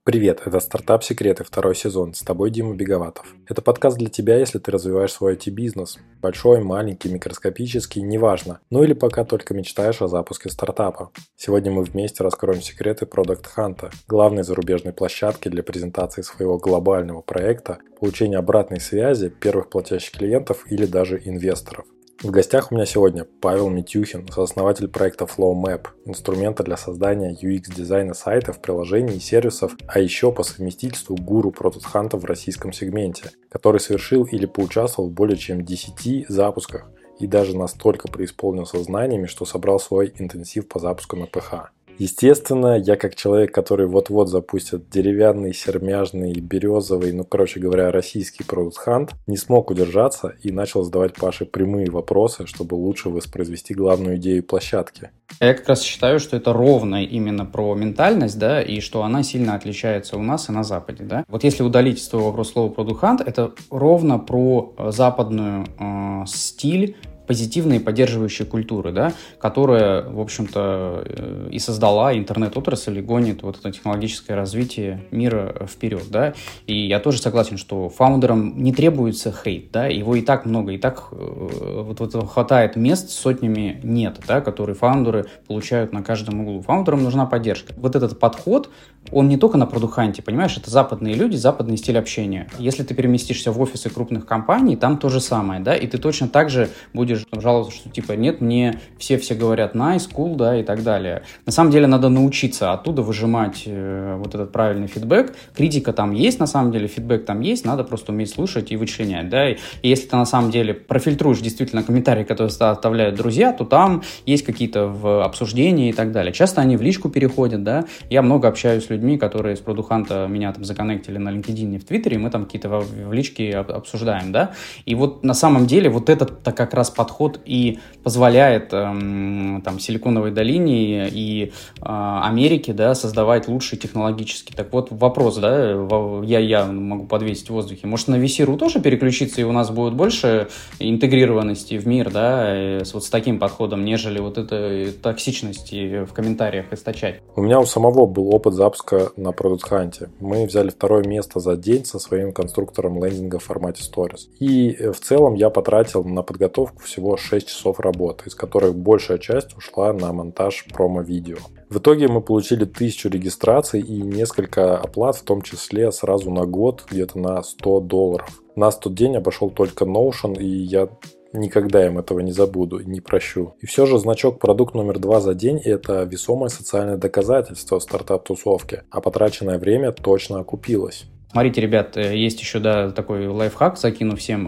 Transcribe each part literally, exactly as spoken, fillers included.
Привет, это «Стартап Секреты», второй сезон. С тобой Дима Беговатов. Это подкаст для тебя, если ты развиваешь свой ай ти-бизнес. Большой, маленький, микроскопический, неважно. Ну или пока только мечтаешь о запуске стартапа. Сегодня мы вместе раскроем секреты Product Hunt, главной зарубежной площадки для презентации своего глобального проекта, получения обратной связи, первых платящих клиентов или даже инвесторов. В гостях у меня сегодня Павел Митюхин, сооснователь проекта FlowMap, инструмента для создания ю экс-дизайна сайтов, приложений и сервисов, а еще по совместительству гуру Product Hunt в российском сегменте, который совершил или поучаствовал в более чем десяти запусках и даже настолько преисполнился знаниями, что собрал свой интенсив по запуску на пэ ха. Естественно, я как человек, который вот-вот запустит деревянный, сермяжный, березовый, ну, короче говоря, российский Product Hunt, не смог удержаться и начал задавать Паше прямые вопросы, чтобы лучше воспроизвести главную идею площадки. Я как раз считаю, что это ровно именно про ментальность, да, и что она сильно отличается у нас и на Западе, да. Вот если удалить из твоего вопроса слово Product Hunt, это ровно про западную э, стиль позитивной поддерживающей культуры, да, которая, в общем-то, и создала интернет-отрасль и гонит вот это технологическое развитие мира вперед, да, и я тоже согласен, что фаундерам не требуется хейт, да, его и так много, и так вот, вот хватает мест, сотнями нет, да, которые фаундеры получают на каждом углу. Фаундерам нужна поддержка. Вот этот подход, он не только на Product Hunt, понимаешь, это западные люди, западный стиль общения. Если ты переместишься в офисы крупных компаний, там то же самое, да, и ты точно так же будешь жаловаться, что типа нет, мне все-все говорят nice, cool, да, и так далее. На самом деле надо научиться оттуда выжимать э, вот этот правильный фидбэк. Критика там есть, на самом деле, фидбэк там есть, надо просто уметь слушать и вычленять, да, и, и если ты на самом деле профильтруешь действительно комментарии, которые оставляют друзья, то там есть какие-то в обсуждении и так далее. Часто они в личку переходят, да, я много общаюсь с людьми, которые с Product Hunt меня там законнектили на LinkedIn и в Твиттере, и мы там какие-то в, в личке обсуждаем, да, и вот на самом деле вот этот-то как раз подход и позволяет эм, там Силиконовой долине и э, Америке, да, создавать лучший технологически. Так вот вопрос, да, я, я могу подвесить в воздухе. Может, на ви си.ру тоже переключиться, и у нас будет больше интегрированности в мир, да, с, вот с таким подходом, нежели вот этой токсичности в комментариях источать? У меня у самого был опыт запуска на Product Hunt. Мы взяли второе место за день со своим конструктором лендинга в формате Stories. И в целом я потратил на подготовку всего шесть часов работы, из которых большая часть ушла на монтаж промо-видео. В итоге мы получили тысячу регистраций и несколько оплат, в том числе сразу на год, где-то на сто долларов. Нас тот день обошел только Notion, и я никогда им этого не забуду и не прощу. И все же значок продукт номер два за день – это весомое социальное доказательство стартап-тусовки, а потраченное время точно окупилось. Смотрите, ребят, есть еще, да, такой лайфхак, закину всем.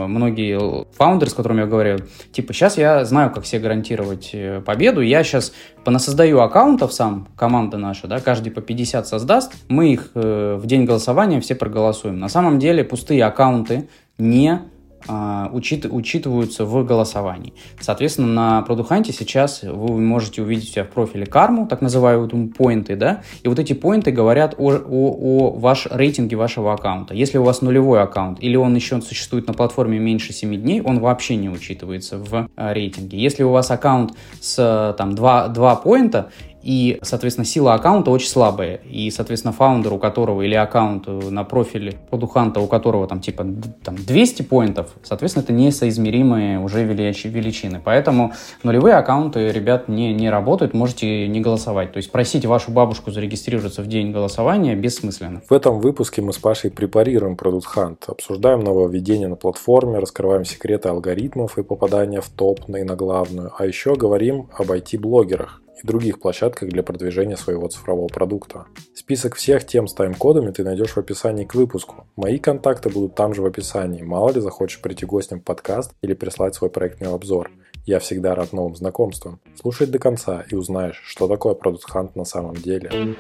Многие фаундеры, с которыми я говорю, типа, сейчас я знаю, как себе гарантировать победу, я сейчас понасоздаю аккаунтов сам, команда наша, да, каждый по пятьдесят создаст, мы их в день голосования все проголосуем. На самом деле пустые аккаунты не Учит, учитываются в голосовании. Соответственно, на Product Hunt сейчас вы можете увидеть у себя в профиле карму, так называемые поинты, да, и вот эти поинты говорят о, о, о ваш рейтинге вашего аккаунта. Если у вас нулевой аккаунт или он еще существует на платформе меньше семи дней, он вообще не учитывается в рейтинге. Если у вас аккаунт с там два, два поинта, и, соответственно, сила аккаунта очень слабая. И, соответственно, фаундер, у которого или аккаунт на профиле Product Hunt, у которого там типа там, двести поинтов, соответственно, это несоизмеримые уже величины. Поэтому нулевые аккаунты, ребят, не, не работают, можете не голосовать. То есть просить вашу бабушку зарегистрироваться в день голосования бессмысленно. В этом выпуске мы с Пашей препарируем Product Hunt, обсуждаем нововведения на платформе, раскрываем секреты алгоритмов и попадания в топ и на главную, а еще говорим об ай ти-блогерах и других площадках для продвижения своего цифрового продукта. Список всех тем с тайм-кодами ты найдешь в описании к выпуску. Мои контакты будут там же в описании. Мало ли захочешь прийти гостем в подкаст или прислать свой проектный обзор. Я всегда рад новым знакомствам. Слушай до конца и узнаешь, что такое Product Hunt на самом деле.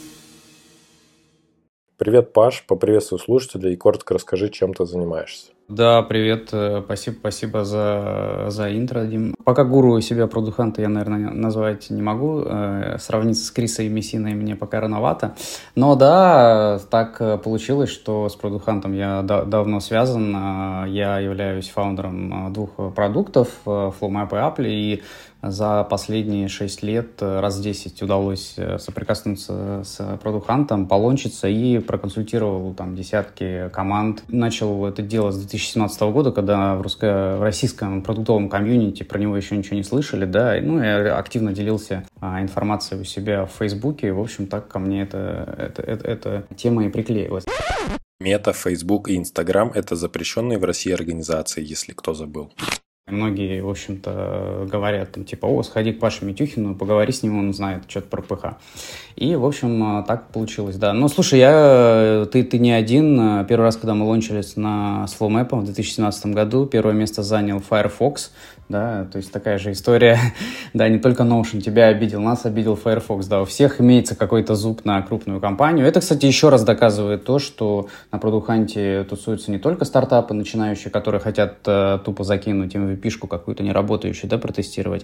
Привет, Паш, поприветствую слушателей и коротко расскажи, чем ты занимаешься. Да, привет, э, спасибо, спасибо за, за интро, Дим. Пока гуру себя Product Hunt я, наверное, назвать не могу. Э, сравниться с Крисой и Мессиной мне пока рановато. Но да, так получилось, что с Product Hunt я да, давно связан. Я являюсь фаундером двух продуктов, FlowMap и Apply, и за последние шесть лет раз десять удалось соприкоснуться с Product Hunt, полончиться и проконсультировал там десятки команд. Начал это дело с две тысячи семнадцатого года, когда в, русско- в российском продуктовом комьюнити про него еще ничего не слышали, да, ну, я активно делился а, информацией у себя в Фейсбуке, и, в общем, так ко мне это, это, это, эта тема и приклеилась. Мета, Facebook и Instagram – это запрещенные в России организации, если кто забыл. Многие, в общем-то, говорят, там, типа, о, сходи к Паше Митюхину, поговори с ним, он знает что-то про ПХ. И, в общем, так получилось, да. Ну, слушай, я, ты, ты не один. Первый раз, когда мы лончились на с FlowMap в две тысячи семнадцатом году, первое место занял Firefox, да, то есть такая же история. Да, не только Notion тебя обидел, нас обидел Firefox, да, у всех имеется какой-то зуб на крупную компанию. Это, кстати, еще раз доказывает то, что на Product Hunt тусуются не только стартапы начинающие, которые хотят э, тупо закинуть эм ви пи-шку какую-то неработающую, да, протестировать.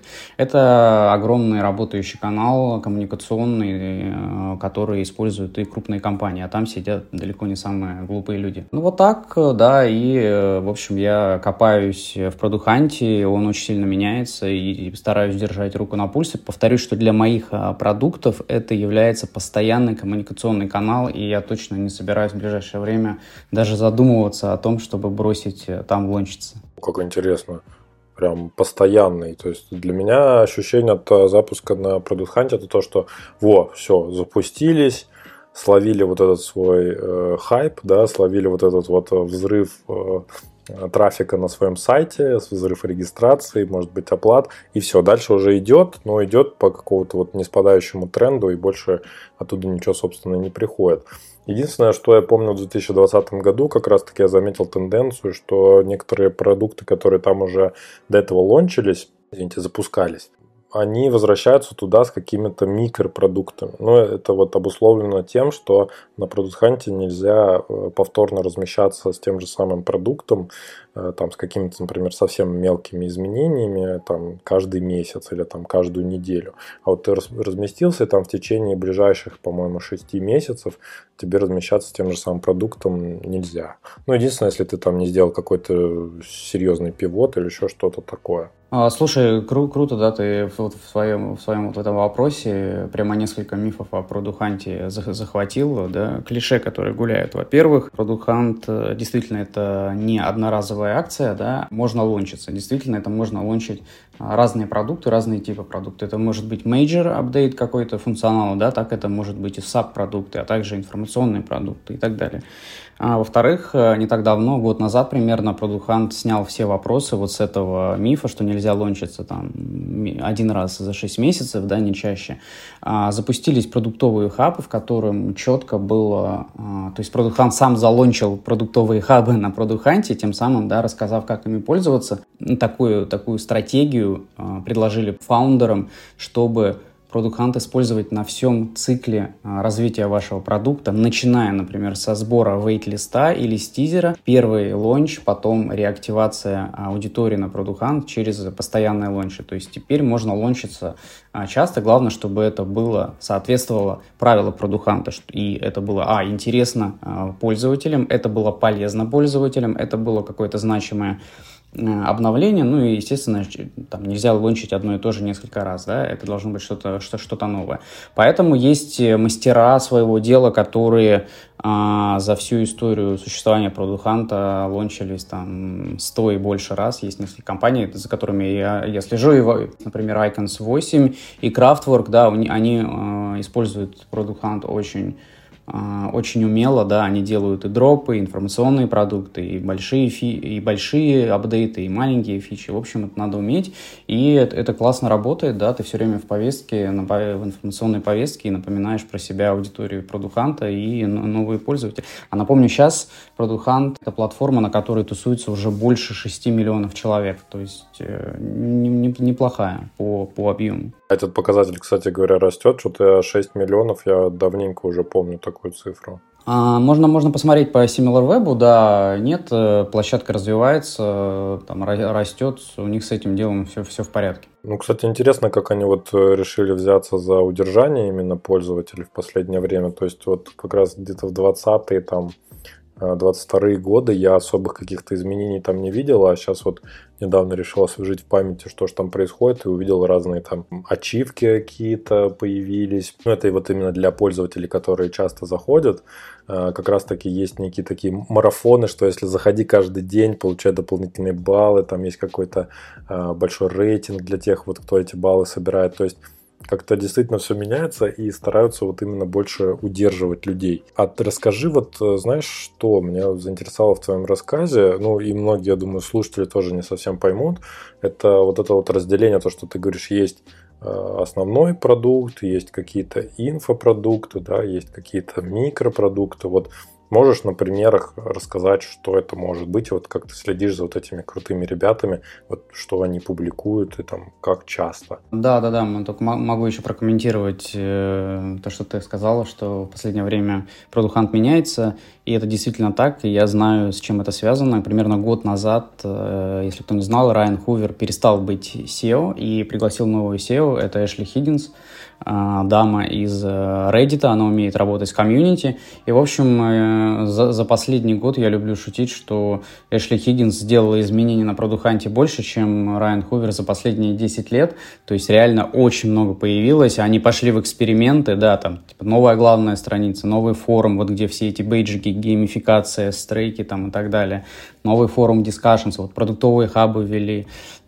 Это огромный работающий канал коммуникационный, э, который используют и крупные компании, а там сидят далеко не самые глупые люди. Ну вот так, да, и, э, в общем, я копаюсь в Product Hunt, он очень сильно меняется, и стараюсь держать руку на пульсе. Повторюсь, что для моих а, продуктов это является постоянный коммуникационный канал, и я точно не собираюсь в ближайшее время даже задумываться о том, чтобы бросить там лончиться. Как интересно. Прям постоянный. То есть для меня ощущение от запуска на Product Hunt это то, что во, все, запустились, словили вот этот свой э, хайп, да, словили вот этот вот взрыв э, трафика на своем сайте, взрыв регистрации, может быть, оплат, и все, дальше уже идет, но идет по какому-то вот неспадающему тренду, и больше оттуда ничего, собственно, не приходит. Единственное, что я помню в две тысячи двадцатом году, как раз-таки я заметил тенденцию, что некоторые продукты, которые там уже до этого лончились, извините, запускались, они возвращаются туда с какими-то микропродуктами. Но это вот обусловлено тем, что на Product Hunt нельзя повторно размещаться с тем же самым продуктом, там, с какими-то, например, совсем мелкими изменениями там, каждый месяц или там, каждую неделю. А вот ты разместился, и там в течение ближайших, по-моему, шести месяцев тебе размещаться с тем же самым продуктом нельзя. Ну, единственное, если ты там не сделал какой-то серьезный пивот или еще что-то такое. А, слушай, кру- круто, да, ты вот в своем, в своем вот этом вопросе прямо несколько мифов о Product Hunt захватил, да, клише, которые гуляют. Во-первых, Product Hunt действительно это не одноразовая акция, да, можно лончиться. Действительно, это можно лончить разные продукты, разные типы продуктов. Это может быть major апдейт какой-то функционала, да, так это может быть и саб-продукты, а также информационные продукты и так далее. А, во-вторых, не так давно, год назад примерно, Product Hunt снял все вопросы вот с этого мифа, что нельзя лончиться там один раз за шесть месяцев, да, не чаще. А, запустились продуктовые хабы, в котором четко было... А, то есть Product Hunt сам залончил продуктовые хабы на Product Hunt, тем самым, да, рассказав, как ими пользоваться. Такую, такую стратегию а, предложили фаундерам, чтобы Product Hunt использовать на всем цикле а, развития вашего продукта, начиная, например, со сбора вейт-листа или с тизера, первый лонч, потом реактивация аудитории на Product Hunt через постоянные лончи. То есть теперь можно лончиться а, часто, главное, чтобы это было, соответствовало правилам Product Hunt, и это было, а, интересно а, пользователям, это было полезно пользователям, это было какое-то значимое обновление, ну и, естественно, там нельзя лончить одно и то же несколько раз, да, это должно быть что-то, что, что-то новое. Поэтому есть мастера своего дела, которые а, за всю историю существования Product Hunt лончились там сто и больше раз. Есть несколько компаний, за которыми я, я слежу, и, например, Icons восемь и Craftwork, да, они а, используют Product Hunt очень очень умело, да, они делают и дропы, и информационные продукты, и большие, фи- и большие апдейты, и маленькие фичи. В общем, это надо уметь, и это, это классно работает, да, ты все время в повестке, на, в информационной повестке и напоминаешь про себя аудиторию Product Hunt и новые пользователи. А напомню, сейчас Product Hunt — это платформа, на которой тусуется уже больше шести миллионов человек, то есть э, не, не, неплохая по, по объему. Этот показатель, кстати говоря, растет. Что-то шесть миллионов, я давненько уже помню такую цифру. А, можно, можно посмотреть по SimilarWeb, да, нет, площадка развивается, там растет, у них с этим делом все, все в порядке. Ну, кстати, интересно, как они вот решили взяться за удержание именно пользователей в последнее время. То есть вот как раз где-то в двадцатые, там, двадцать вторые годы я особых каких-то изменений там не видел, а сейчас вот недавно решил освежить в памяти, что же там происходит, и увидел разные там ачивки какие-то появились. Ну, это и вот именно для пользователей, которые часто заходят. Как раз таки есть некие такие марафоны, что если заходи каждый день, получай дополнительные баллы, там есть какой-то большой рейтинг для тех, вот, кто эти баллы собирает. То есть как-то действительно все меняется и стараются вот именно больше удерживать людей. А ты расскажи, вот знаешь, что меня заинтересовало в твоем рассказе, ну и многие, я думаю, слушатели тоже не совсем поймут, это вот это вот разделение, то, что ты говоришь, есть основной продукт, есть какие-то инфопродукты, да, есть какие-то микропродукты. Вот можешь на примерах рассказать, что это может быть, вот как ты следишь за вот этими крутыми ребятами, вот что они публикуют и там как часто? Да, да, да, только могу еще прокомментировать э, то, что ты сказала, что в последнее время Product Hunt меняется, и это действительно так, и я знаю, с чем это связано. Примерно год назад, э, если кто не знал, Райан Хувер перестал быть си и о и пригласил новую си и о, это Эшли Хиггинс, дама из Reddit, она умеет работать с комьюнити. И, в общем, за, за последний год я люблю шутить, что Эшли Хиггинс сделала изменений на Product Hunt больше, чем Райан Хувер за последние десять лет. То есть реально очень много появилось. Они пошли в эксперименты, да, там типа, новая главная страница, новый форум, вот где все эти бейджики, геймификация, стрейки там и так далее. Новый форум Discussions, вот продуктовые хабы ввели,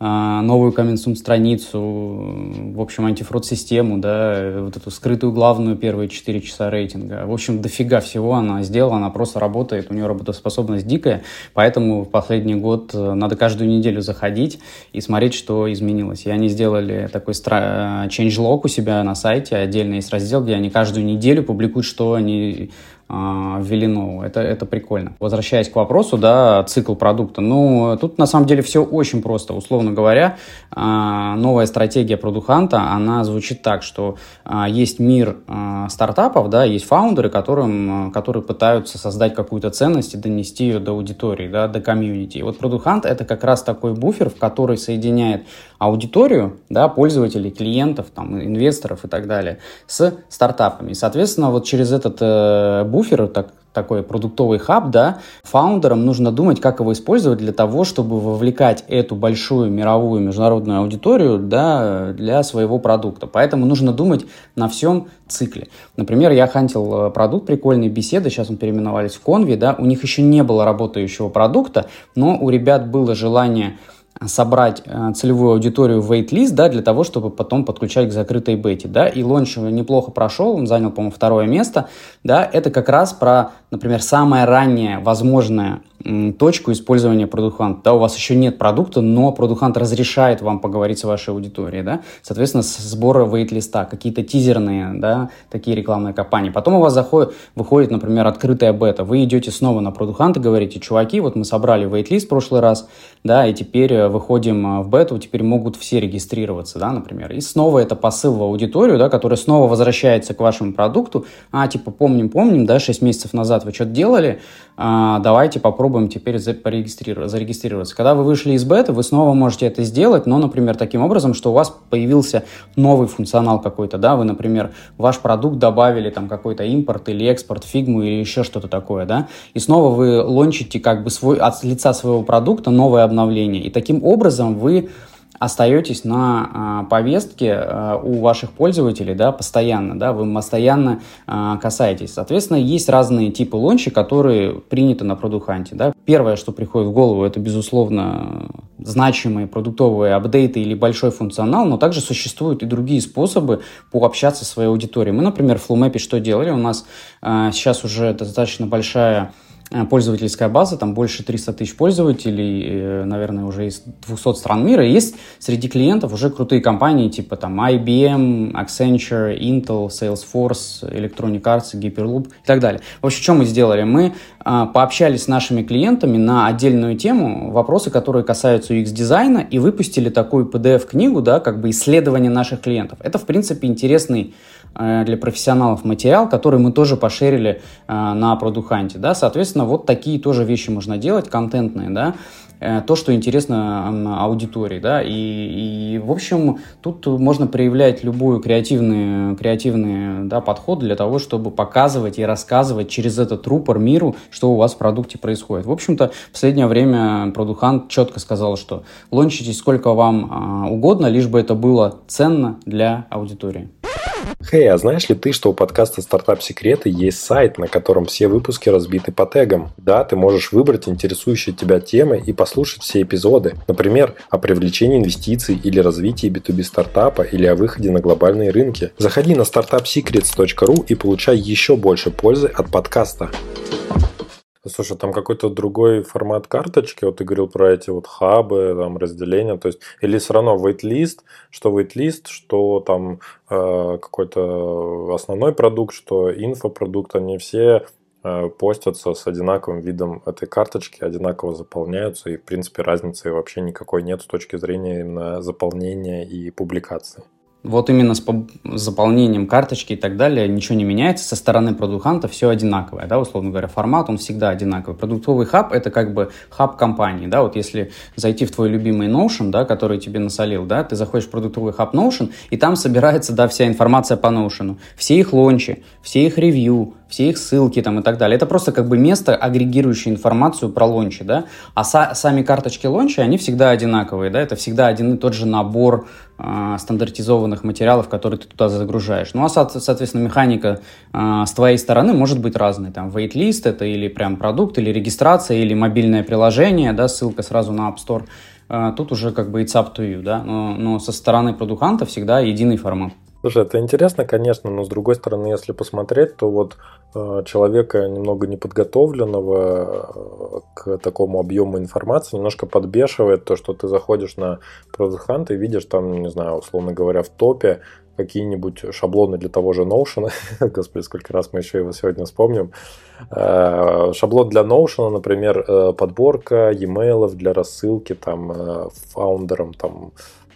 новую комментсум страницу, в общем, антифрод-систему, да, вот эту скрытую главную первые четыре часа рейтинга. В общем, дофига всего она сделала, она просто работает, у нее работоспособность дикая, поэтому в последний год надо каждую неделю заходить и смотреть, что изменилось. И они сделали такой стра- changelog у себя на сайте, отдельно есть раздел, где они каждую неделю публикуют, что они ввели нового. Это, это прикольно. Возвращаясь к вопросу, да, цикл продукта. Ну, тут на самом деле все очень просто. Условно говоря, новая стратегия Product Hunt, она звучит так, что есть мир стартапов, да, есть фаундеры, которым, которые пытаются создать какую-то ценность и донести ее до аудитории, да, до комьюнити. И вот Product Hunt — это как раз такой буфер, в который соединяет аудиторию, да, пользователей, клиентов, там, инвесторов и так далее с стартапами. И, соответственно, вот через этот э, буфер, так, такой продуктовый хаб, да, фаундерам нужно думать, как его использовать для того, чтобы вовлекать эту большую мировую международную аудиторию, да, для своего продукта. Поэтому нужно думать на всем цикле. Например, я хантил продукт прикольной беседы, сейчас он переименовались в Convi, да, у них еще не было работающего продукта, но у ребят было желание собрать э, целевую аудиторию в wait-list, да, для того, чтобы потом подключать к закрытой бете, да, и лонч неплохо прошел, он занял, по-моему, второе место, да, это как раз про, например, самое раннее возможное м, точку использования Product Hunt, да, у вас еще нет продукта, но Product Hunt разрешает вам поговорить с вашей аудиторией, да, соответственно, с сбора wait-листа, какие-то тизерные, да, такие рекламные кампании, потом у вас заходит, выходит, например, открытая бета, вы идете снова на Product Hunt и говорите: чуваки, вот мы собрали wait-лист в прошлый раз, да, и теперь выходим в бету, теперь могут все регистрироваться, да, например. И снова это посыл в аудиторию, да, которая снова возвращается к вашему продукту. А, типа, помним, помним, да, шесть месяцев назад вы что-то делали, а, давайте попробуем теперь зарегистрироваться. Когда вы вышли из беты, вы снова можете это сделать, но, например, таким образом, что у вас появился новый функционал какой-то, да, вы, например, в ваш продукт добавили там какой-то импорт или экспорт, фигму или еще что-то такое, да, и снова вы лончите как бы свой, от лица своего продукта новое обновление, и таким образом вы остаетесь на а, повестке а, у ваших пользователей, да, постоянно, да, вы постоянно а, касаетесь. Соответственно, есть разные типы лончи, которые приняты на Product Hunt, да. Первое, что приходит в голову, это, безусловно, значимые продуктовые апдейты или большой функционал, но также существуют и другие способы пообщаться со своей аудиторией. Мы, например, в FlowMap что делали? У нас а, сейчас уже достаточно большая пользовательская база, там больше триста тысяч пользователей, наверное, уже из двухсот стран мира. И есть среди клиентов уже крутые компании, типа там ай би эм, Accenture, Intel, Salesforce, Electronic Arts, Hyperloop и так далее. В общем, что мы сделали? Мы а, пообщались с нашими клиентами на отдельную тему, вопросы, которые касаются ю экс-дизайна, и выпустили такую пи ди эф-книгу, да, как бы исследование наших клиентов. Это, в принципе, интересный для профессионалов материал, который мы тоже пошерили на Product Hunt, да, соответственно, вот такие тоже вещи можно делать, контентные, да, то, что интересно аудитории, да, и, и в общем, тут можно проявлять любой креативный, креативный да, подход для того, чтобы показывать и рассказывать через этот рупор миру, что у вас в продукте происходит. В общем-то, в последнее время Product Hunt четко сказал, что лончитесь сколько вам а, угодно, лишь бы это было ценно для аудитории. Хей, hey, а знаешь ли ты, что у подкаста «Стартап Секреты» есть сайт, на котором все выпуски разбиты по тегам? Да, ты можешь выбрать интересующие тебя темы и послушать все эпизоды. Например, о привлечении инвестиций или развитии би ту би стартапа или о выходе на глобальные рынки. Заходи на стартап секретс точка ру и получай еще больше пользы от подкаста. Слушай, там какой-то другой формат карточки, вот ты говорил про эти вот хабы, там разделения, то есть, или все равно wait-list, что wait-list, что там э, какой-то основной продукт, что инфопродукт, они все э, постятся с одинаковым видом этой карточки, одинаково заполняются, и в принципе разницы вообще никакой нет с точки зрения именно заполнения и публикации. Вот именно с заполнением карточки и так далее ничего не меняется. Со стороны Product Hunt все одинаковое, да, условно говоря, формат, он всегда одинаковый. Продуктовый хаб – это как бы хаб компании, да, вот если зайти в твой любимый Notion, да, который тебе насолил, да, ты заходишь в продуктовый хаб Notion, и там собирается, да, вся информация по Notion, все их лончи, все их ревью, все их ссылки там и так далее. Это просто как бы место, агрегирующее информацию про лончи, да, а са- сами карточки лончи, они всегда одинаковые, да, это всегда один и тот же набор э, стандартизованных материалов, которые ты туда загружаешь. Ну, а, со- соответственно, механика э, с твоей стороны может быть разной, там, wait-list это или прям продукт, или регистрация, или мобильное приложение, да, ссылка сразу на App Store. Э, тут уже как бы it's up to you, да, но, но со стороны Product Hunt всегда единый формат. Слушай, это интересно, конечно, но с другой стороны, если посмотреть, то вот э, человека немного неподготовленного э, к такому объему информации немножко подбешивает то, что ты заходишь на Product Hunt и видишь там, не знаю, условно говоря, в топе какие-нибудь шаблоны для того же Notion. Господи, сколько раз мы еще его сегодня вспомним. Э, шаблон для Notion, например, э, подборка e-mail для рассылки там э, фаундерам, там,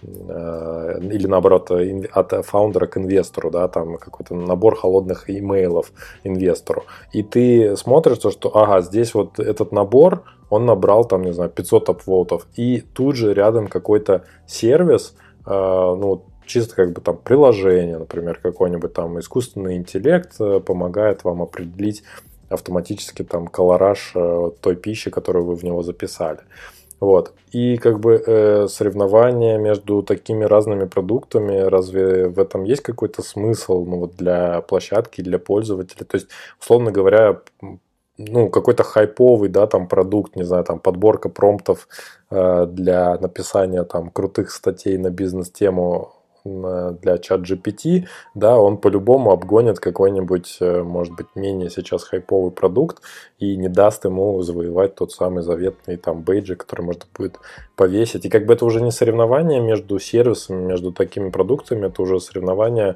или наоборот от фаундера к инвестору, да, там какой-то набор холодных имейлов инвестору. И ты смотришь, что ага, здесь вот этот набор, он набрал там, не знаю, пятьсот апвотов, и тут же рядом какой-то сервис, ну, чисто как бы там приложение, например, какой-нибудь там искусственный интеллект помогает вам определить автоматически там колораж той пищи, которую вы в него записали. Вот. И как бы э, соревнования между такими разными продуктами, разве в этом есть какой-то смысл, ну, вот для площадки, для пользователя? То есть, условно говоря, ну, какой-то хайповый, да, там продукт, не знаю, там подборка промптов э, для написания там крутых статей на бизнес-тему для чат джи пи ти, да, он по-любому обгонит какой-нибудь, может быть, менее сейчас хайповый продукт и не даст ему завоевать тот самый заветный там бейджик, который можно будет повесить. И как бы это уже не соревнование между сервисами, между такими продуктами, это уже соревнование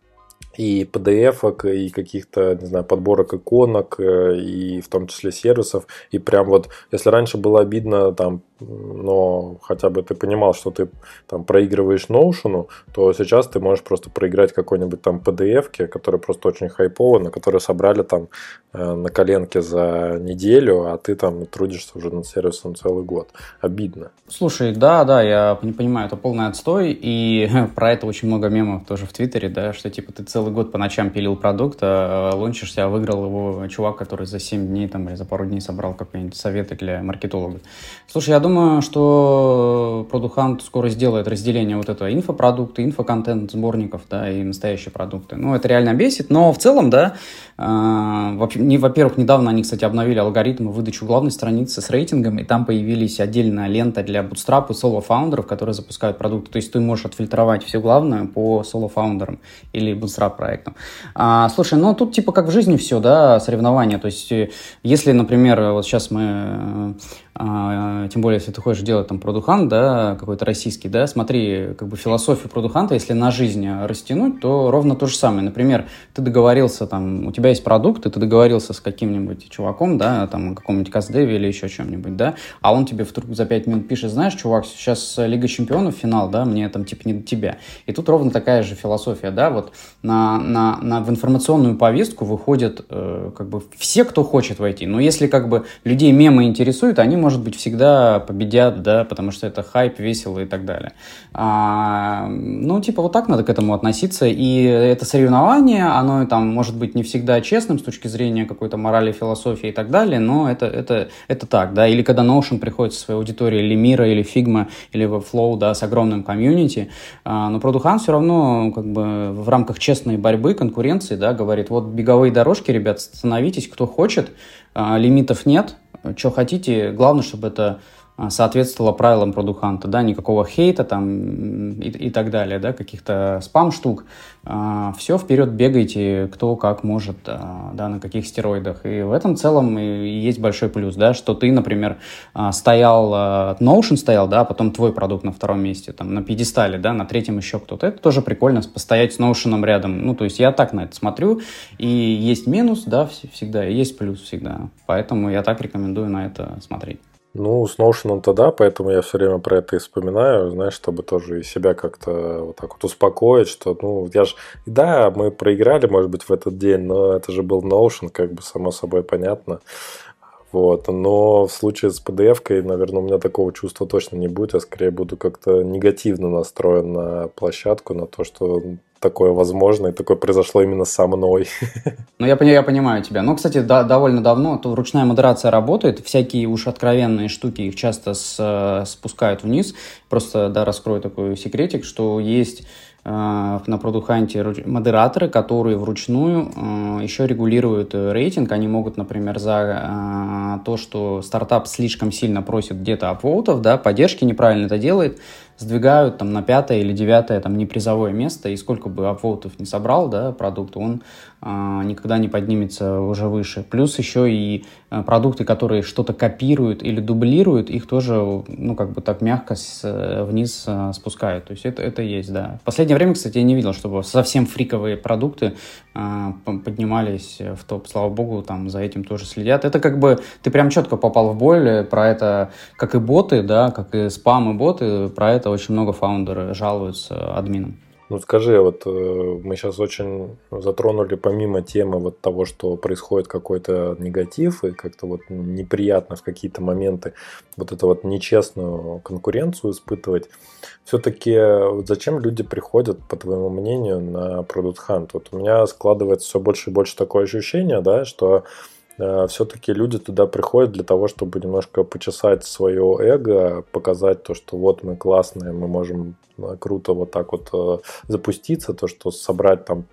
и пи ди эф-ок, и каких-то, не знаю, подборок иконок, и в том числе сервисов. И прям вот, если раньше было обидно, там, но хотя бы ты понимал, что ты там проигрываешь Notion, то сейчас ты можешь просто проиграть какой-нибудь там пи ди эф-ки, которые просто очень хайповые, на которые собрали там э, на коленке за неделю, а ты там трудишься уже над сервисом целый год. Обидно. Слушай, да, да, я не понимаю, это полный отстой, и про это очень много мемов тоже в Твиттере, да, что типа ты целый год по ночам пилил продукт, а лончишься, а выиграл его чувак, который за семь дней там или за пару дней собрал какие-нибудь советы для маркетологов. Слушай, я думаю, что Product Hunt скоро сделает разделение вот этого инфопродукта, инфоконтент сборников, да, и настоящие продукты. Ну, это реально бесит, но в целом, да, э, не, во-первых, недавно они, кстати, обновили алгоритмы выдачи главной страницы с рейтингом, и там появились отдельная лента для Bootstrap и соло-фаундеров, которые запускают продукты. То есть ты можешь отфильтровать все главное по соло-фаундерам или Bootstrap-проектам. А, слушай, ну, тут типа как в жизни все, да, соревнования. То есть если, например, вот сейчас мы а, тем более, если ты хочешь делать там Product Hunt, да, какой-то российский, да, смотри, как бы философию Product Hunt, если на жизнь растянуть, то ровно то же самое. Например, ты договорился, там, у тебя есть продукт, и ты договорился с каким-нибудь чуваком, да, там, каком-нибудь каздеве или еще чем-нибудь, да, а он тебе вдруг за пять минут пишет, знаешь, чувак, сейчас Лига Чемпионов, финал, да, мне там, типа, не до тебя. И тут ровно такая же философия, да, вот на, на, на, в информационную повестку выходят, э, как бы, все, кто хочет войти. Но если, как бы, людей мемы интересуют, они, может быть, всегда победят, да, потому что это хайп, весело и так далее. А, ну, типа, вот так надо к этому относиться, и это соревнование, оно там может быть не всегда честным с точки зрения какой-то морали, философии и так далее, но это, это, это так, да, или когда Notion приходит со своей аудиторией, или Miro, или Figma, или Webflow, да, с огромным комьюнити, а, но Product Hunt все равно, как бы, в рамках честной борьбы, конкуренции, да, говорит, вот беговые дорожки, ребят, становитесь, кто хочет, а, лимитов нет, что хотите, главное, чтобы это соответствовало правилам Product Hunt, да, никакого хейта там и, и так далее, да, каких-то спам-штук. А, все, вперед бегайте, кто как может, а, да, на каких стероидах. И в этом целом и есть большой плюс, да, что ты, например, стоял, Notion стоял, да, а потом твой продукт на втором месте, там, на пьедестале, да, на третьем еще кто-то. Это тоже прикольно, постоять с Notion рядом. Ну, то есть я так на это смотрю, и есть минус, да, всегда, и есть плюс всегда. Поэтому я так рекомендую на это смотреть. Ну, с Notion-то да, поэтому я все время про это и вспоминаю, знаешь, чтобы тоже и себя как-то вот так вот успокоить, что, ну, я же, да, мы проиграли, может быть, в этот день, но это же был Notion, как бы, само собой понятно. Вот. Но в случае с пи ди эф-кой, наверное, у меня такого чувства точно не будет. Я скорее буду как-то негативно настроен на площадку, на то, что такое возможно, и такое произошло именно со мной. Ну, я, я понимаю тебя. Ну, кстати, да, довольно давно то ручная модерация работает. Всякие уж откровенные штуки их часто с, спускают вниз. Просто, да, раскрою такой секретик, что есть на Product Hunt модераторы, которые вручную э, еще регулируют рейтинг. Они могут, например, за э, то, что стартап слишком сильно просит где-то апвоутов, да, поддержки неправильно это делает, сдвигают там на пятое или девятое там непризовое место, и сколько бы апвоутов не собрал, да, продукт, он э, никогда не поднимется уже выше. Плюс еще и э, продукты, которые что-то копируют или дублируют, их тоже, ну, как бы так мягко с, вниз э, спускают. То есть это, это есть, да. В последнее время, кстати, я не видел, чтобы совсем фриковые продукты э, поднимались в топ. Слава богу, там за этим тоже следят. Это как бы ты прям четко попал в боль. Про это, как и боты, да, как и спам и боты, про это очень много фаундеры жалуются админам. Ну, скажи, вот мы сейчас очень затронули помимо темы вот того, что происходит какой-то негатив и как-то вот неприятно в какие-то моменты вот эту вот нечестную конкуренцию испытывать. Все-таки вот зачем люди приходят, по твоему мнению, на Product Hunt? Вот у меня складывается все больше и больше такое ощущение, да, что все-таки люди туда приходят для того, чтобы немножко почесать свое эго, показать то, что вот мы классные, мы можем круто вот так вот запуститься, то, что собрать там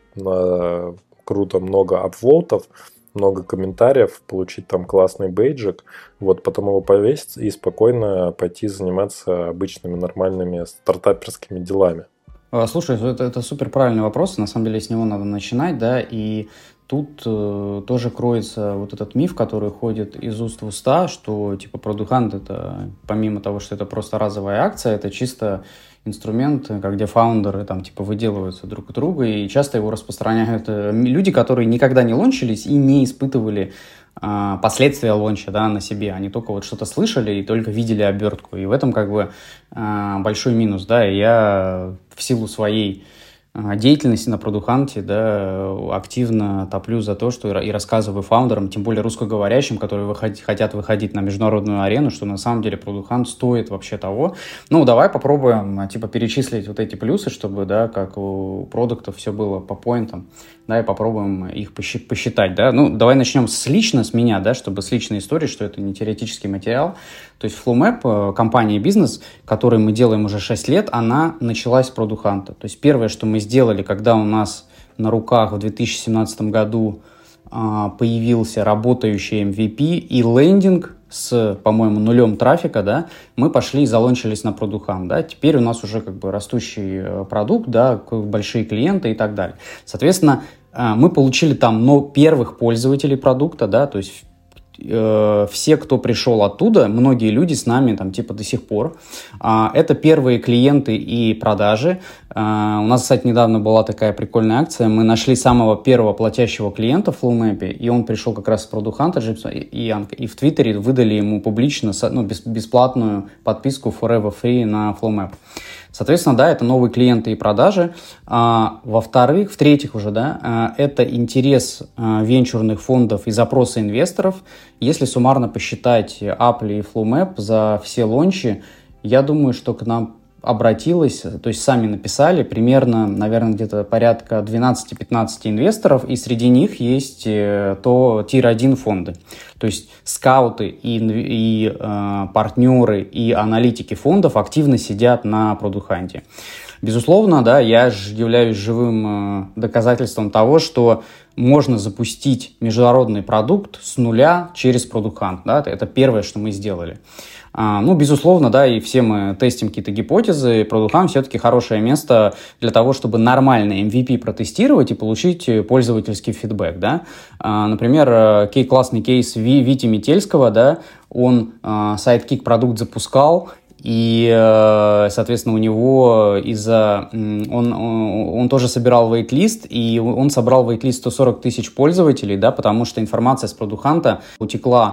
круто много апвотов, много комментариев, получить там классный бейджик, вот потом его повесить и спокойно пойти заниматься обычными нормальными стартаперскими делами. Слушай, это, это супер правильный вопрос, на самом деле с него надо начинать, да, и тут э, тоже кроется вот этот миф, который ходит из уст в уста, что типа Product Hunt это, помимо того, что это просто разовая акция, это чисто инструмент, как где фаундеры там типа выделываются друг от друга, и часто его распространяют люди, которые никогда не лончились и не испытывали э, последствия лонча, да, на себе. Они только вот что-то слышали и только видели обертку. И в этом как бы э, большой минус, да, и я в силу своей деятельности на Product Hunt, да, активно топлю за то, что и рассказываю фаундерам, тем более русскоговорящим, которые выходить, хотят выходить на международную арену, что на самом деле Product Hunt стоит вообще того. Ну, давай попробуем, типа, перечислить вот эти плюсы, чтобы, да, как у продуктов все было по поинтам, да, и попробуем их посчитать, да. Ну, давай начнем с лично, с меня, да, чтобы с личной истории, что это не теоретический материал. То есть FlowMap, компания бизнес, которую мы делаем уже шесть лет, она началась с Product Hunt. То есть первое, что мы сделали, когда у нас на руках в две тысячи семнадцатом году а, появился работающий эм ви пи и лендинг с, по-моему, нулем трафика, да, мы пошли и залончились на Product Hunt, да, теперь у нас уже как бы растущий продукт, да, большие клиенты и так далее. Соответственно, мы получили там но первых пользователей продукта, да, то есть э, все, кто пришел оттуда, многие люди с нами там типа до сих пор. А, это первые клиенты и продажи. А, у нас, кстати, недавно была такая прикольная акция. Мы нашли самого первого платящего клиента в FlowMap, и он пришел как раз с Product Hunter, и, и в Твиттере выдали ему публично, ну, бесплатную подписку Forever Free на FlowMap. Соответственно, да, это новые клиенты и продажи. А, во-вторых, в-третьих уже, да, а, это интерес а, венчурных фондов и запросы инвесторов. Если суммарно посчитать Apple и FlowMap за все лончи, я думаю, что к нам обратилось, то есть сами написали примерно, наверное, где-то порядка двенадцать-пятнадцать инвесторов, и среди них есть то тир один фонды. То есть скауты и, и э, партнеры и аналитики фондов активно сидят на Product Hunt. Безусловно, да, я являюсь живым э, доказательством того, что можно запустить международный продукт с нуля через Product Hunt. Да, это первое, что мы сделали. А, ну, безусловно, да, и все мы тестим какие-то гипотезы. Product Hunt все-таки хорошее место для того, чтобы нормально эм ви пи протестировать и получить пользовательский фидбэк, да. А, например, кей, классный кейс Вити Метельского, да, он а, Sidekick продукт запускал, и, соответственно, у него из-за... Он, он, он тоже собирал вейт-лист, и он собрал вейт-лист сто сорок тысяч пользователей, да, потому что информация с Product Hunt утекла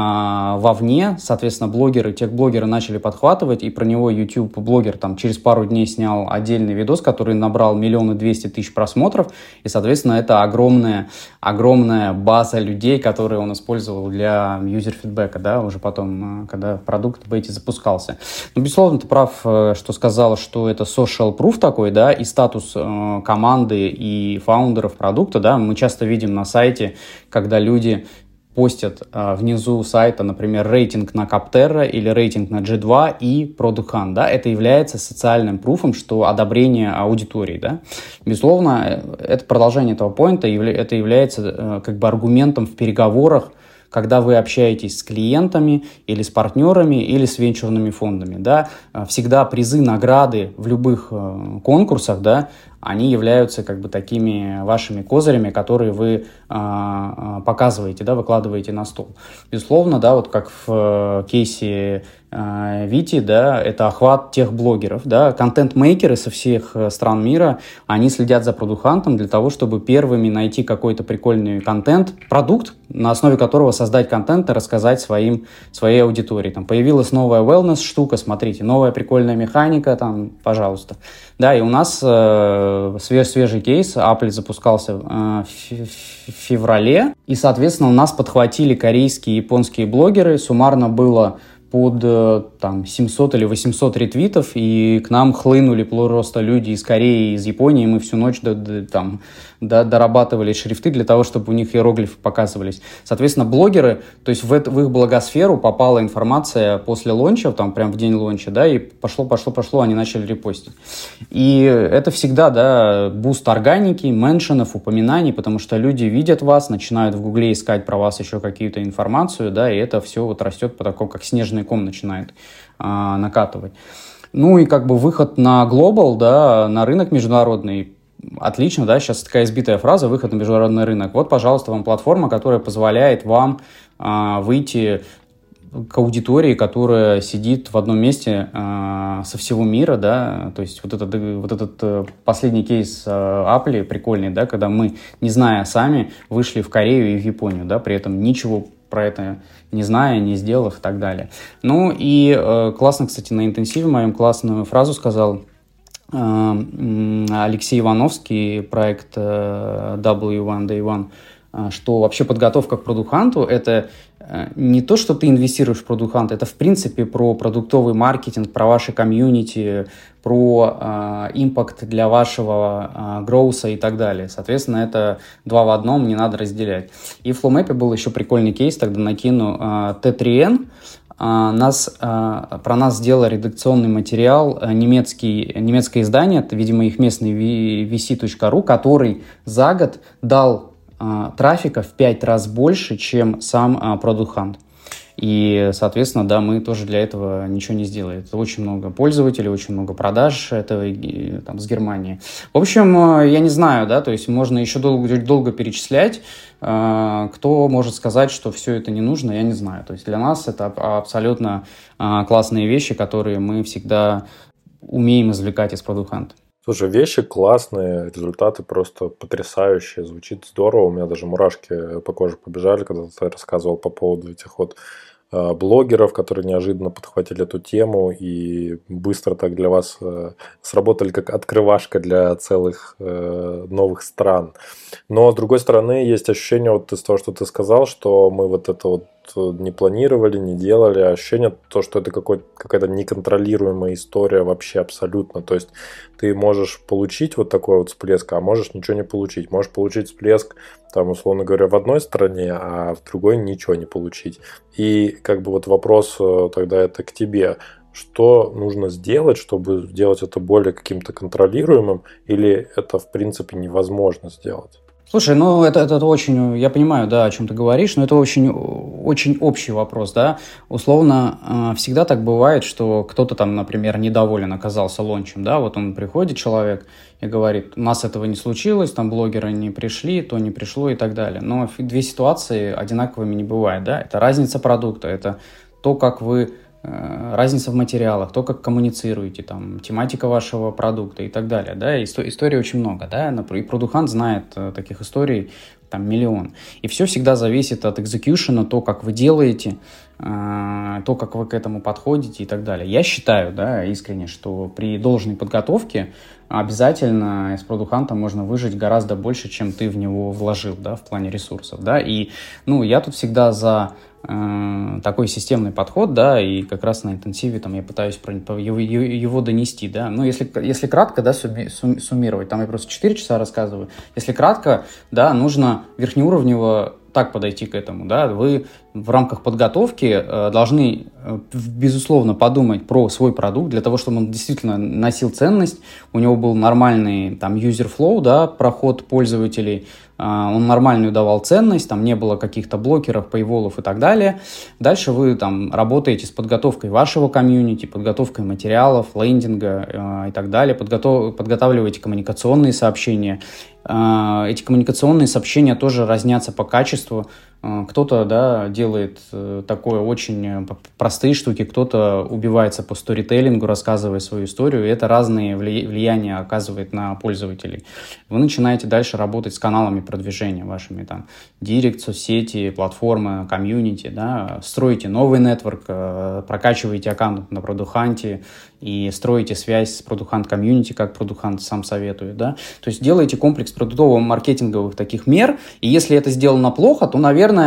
а, вовне, соответственно, блогеры, техблогеры начали подхватывать, и про него YouTube-блогер там через пару дней снял отдельный видос, который набрал миллион двести тысяч просмотров, и, соответственно, это огромная, огромная база людей, которые он использовал для юзер-фидбэка, да, уже потом, когда продукт в бете запускался. Ну, безусловно, ты прав, что сказал, что это social proof такой, да, и статус э, команды и фаундеров продукта, да, мы часто видим на сайте, когда люди постят э, внизу сайта, например, рейтинг на Capterra или рейтинг на джи два и Product Hunt, да, это является социальным пруфом, что одобрение аудитории, да. Безусловно, это продолжение этого поинта, это является э, как бы аргументом в переговорах, когда вы общаетесь с клиентами или с партнерами или с венчурными фондами, да, всегда призы, награды в любых э, конкурсах, да, они являются как бы такими вашими козырями, которые вы э, показываете, да, выкладываете на стол. Безусловно, да, вот как в э, кейсе э, Вити, да, это охват тех блогеров, да, контент-мейкеры со всех стран мира, они следят за Product Hunt для того, чтобы первыми найти какой-то прикольный контент, продукт, на основе которого создать контент и рассказать своим, своей аудитории. Там появилась новая wellness штука, смотрите, новая прикольная механика, там, пожалуйста. Да, и у нас э, свеж, свежий кейс, Apple запускался э, в, в феврале, и, соответственно, у нас подхватили корейские и японские блогеры, суммарно было под там, семьсот или восемьсот ретвитов, и к нам хлынули просто люди из Кореи, из Японии, мы всю ночь до, до, там, до, дорабатывали шрифты для того, чтобы у них иероглифы показывались. Соответственно, блогеры, то есть в, это, в их блогосферу попала информация после лонча, там прям в день лонча, да, и пошло, пошло, пошло, они начали репостить. И это всегда, да, буст органики, меншенов, упоминаний, потому что люди видят вас, начинают в Гугле искать про вас еще какую-то информацию, да, и это все вот растет по такому, как снежный ком начинает а, накатывать. Ну и как бы выход на глобал, да, на рынок международный. Отлично, да, сейчас такая избитая фраза, выход на международный рынок. Вот, пожалуйста, вам платформа, которая позволяет вам а, выйти к аудитории, которая сидит в одном месте а, со всего мира, да, то есть вот этот, вот этот последний кейс а, Apple прикольный, да, когда мы, не зная сами, вышли в Корею и в Японию, да, при этом ничего про это не зная, не сделав и так далее. Ну и э, классно, кстати, на интенсиве моем классную фразу сказал э, Алексей Ивановский, проект э, дабл ю один Day One, э, что вообще подготовка к Product Hunt — это э, не то, что ты инвестируешь в Product Hunt, это в принципе про продуктовый маркетинг, про ваше комьюнити, про э, импакт для вашего э, гроуса и так далее. Соответственно, это два в одном, не надо разделять. И в FlowMap был еще прикольный кейс, тогда накину, э, ти три эн. Э, нас, э, про нас сделал редакционный материал э, немецкий, немецкое издание, это, видимо, их местный ви си точка ру, который за год дал э, трафика в пять раз больше, чем сам э, Product Hunt. И, соответственно, да, мы тоже для этого ничего не сделали. Это очень много пользователей, очень много продаж, это там, с Германии. В общем, я не знаю, да, то есть можно еще долго, долго перечислять. Кто может сказать, что все это не нужно, я не знаю. То есть для нас это абсолютно классные вещи, которые мы всегда умеем извлекать из Product Hunt. Слушай, вещи классные, результаты просто потрясающие, звучит здорово. У меня даже мурашки по коже побежали, когда ты рассказывал по поводу этих вот блогеров, которые неожиданно подхватили эту тему и быстро так для вас сработали как открывашка для целых новых стран. Но, с другой стороны, есть ощущение вот из того, что ты сказал, что мы вот это вот не планировали, не делали, а ощущение то, что это какая-то неконтролируемая история вообще абсолютно. То есть ты можешь получить вот такой вот всплеск, а можешь ничего не получить. Можешь получить всплеск, там, условно говоря, в одной стране, а в другой ничего не получить. И как бы вот вопрос тогда это к тебе. Что нужно сделать, чтобы сделать это более каким-то контролируемым, или это в принципе невозможно сделать? Слушай, ну это, это, это очень, я понимаю, да, о чем ты говоришь, но это очень, очень общий вопрос, да. Условно, всегда так бывает, что кто-то там, например, недоволен оказался лончем, да, вот он приходит, человек, и говорит, у нас этого не случилось, там блогеры не пришли, то не пришло и так далее. Но две ситуации одинаковыми не бывает, да. Это разница продукта, это то, как вы... разница в материалах, то, как коммуницируете, там, тематика вашего продукта и так далее, да, Исто- историй очень много, да, и Product Hunt знает э, таких историй, там, миллион. И все всегда зависит от экзекьюшена, то, как вы делаете, э, то, как вы к этому подходите и так далее. Я считаю, да, искренне, что при должной подготовке обязательно из Product Hunt можно выжать гораздо больше, чем ты в него вложил, да, в плане ресурсов, да, и, ну, я тут всегда за такой системный подход, да, и как раз на интенсиве там я пытаюсь его, его донести, да, ну, если, если кратко, да, суммировать, там я просто четыре часа рассказываю, если кратко, да, нужно верхнеуровнево так подойти к этому, да, вы в рамках подготовки э, должны, э, безусловно, подумать про свой продукт для того, чтобы он действительно носил ценность, у него был нормальный там user flow, да, проход пользователей, э, он нормальную давал ценность, там не было каких-то блокеров, пейволов и так далее. Дальше вы там работаете с подготовкой вашего комьюнити, подготовкой материалов, лендинга э, и так далее, подготов... подготавливаете коммуникационные сообщения. Э, эти коммуникационные сообщения тоже разнятся по качеству. Кто-то, да, делает такое очень простые штуки, кто-то убивается по сторителлингу, рассказывая свою историю, и это разные влияния оказывает на пользователей. Вы начинаете дальше работать с каналами продвижения вашими, там, директ, соцсети, платформы, комьюнити, да, строите новый нетворк, прокачиваете аккаунт на Product Hunt и строите связь с Product Hunt комьюнити, как Product Hunt сам советует, да, то есть делаете комплекс продуктово-маркетинговых таких мер, и если это сделано плохо, то, наверное,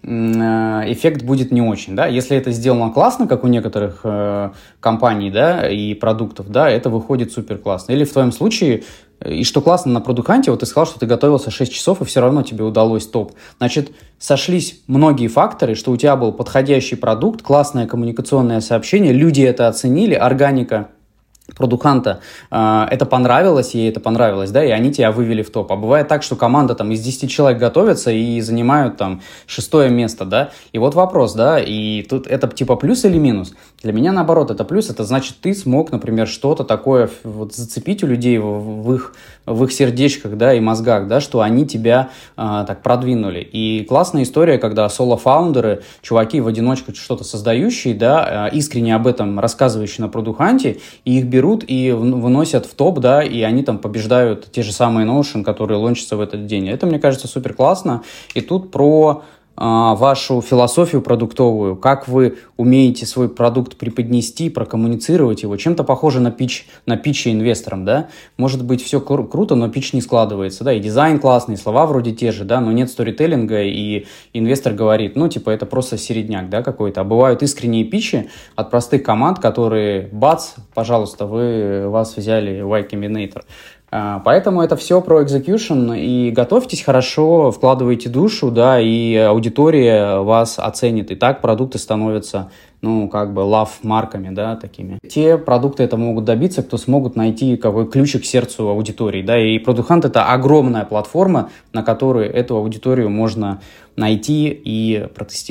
эффект будет не очень, да, если это сделано классно, как у некоторых э, компаний, да, и продуктов, да, это выходит супер классно, или в твоем случае, и что классно на Product Hunt, вот ты сказал, что ты готовился шесть часов, и все равно тебе удалось топ, значит, сошлись многие факторы, что у тебя был подходящий продукт, классное коммуникационное сообщение, люди это оценили, органика Product Hunt, э, это понравилось, ей это понравилось, да, и они тебя вывели в топ. А бывает так, что команда там из десяти человек готовится и занимают там шестое место, да, и вот вопрос, да, и тут это типа плюс или минус? Для меня наоборот, это плюс, это значит, ты смог, например, что-то такое вот зацепить у людей в, в, их, в их сердечках, да, и мозгах, да, что они тебя э, так продвинули. И классная история, когда соло-фаундеры, чуваки в одиночку что-то создающие, да, э, искренне об этом рассказывающие на Product Hunt, и их берут и выносят в топ, да, и они там побеждают те же самые Notion, которые лончатся в этот день. Это, мне кажется, супер классно. И тут про а, вашу философию продуктовую, как вы умеете свой продукт преподнести, прокоммуницировать его. Чем-то похоже на пич, на питчи инвесторам, да. Может быть, все кру- круто, но питч не складывается, да, и дизайн классный, и слова вроде те же, да, но нет сторителлинга, и инвестор говорит, ну, типа, это просто середняк, да, какой-то. А бывают искренние питчи от простых команд, которые, бац, пожалуйста, вы, вас взяли Y Combinator. Поэтому это все про экзекьюшн, и готовьтесь хорошо, вкладывайте душу, да, и аудитория вас оценит, и так продукты становятся, ну, как бы лав-марками, да, такими. Те продукты это могут добиться, кто смогут найти какой ключик к сердцу аудитории, да, и Product Hunt — это огромная платформа, на которой эту аудиторию можно найти и протестировать.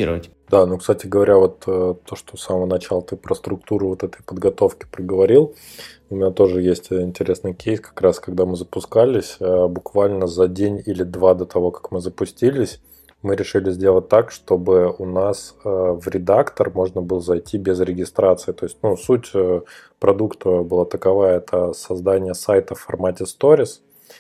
Да, ну, кстати говоря, вот э, то, что с самого начала ты про структуру вот этой подготовки проговорил, у меня тоже есть интересный кейс, как раз когда мы запускались, э, буквально за день или два до того, как мы запустились, мы решили сделать так, чтобы у нас э, в редактор можно было зайти без регистрации. То есть, ну, суть э, продукта была такова, это создание сайта в формате Stories.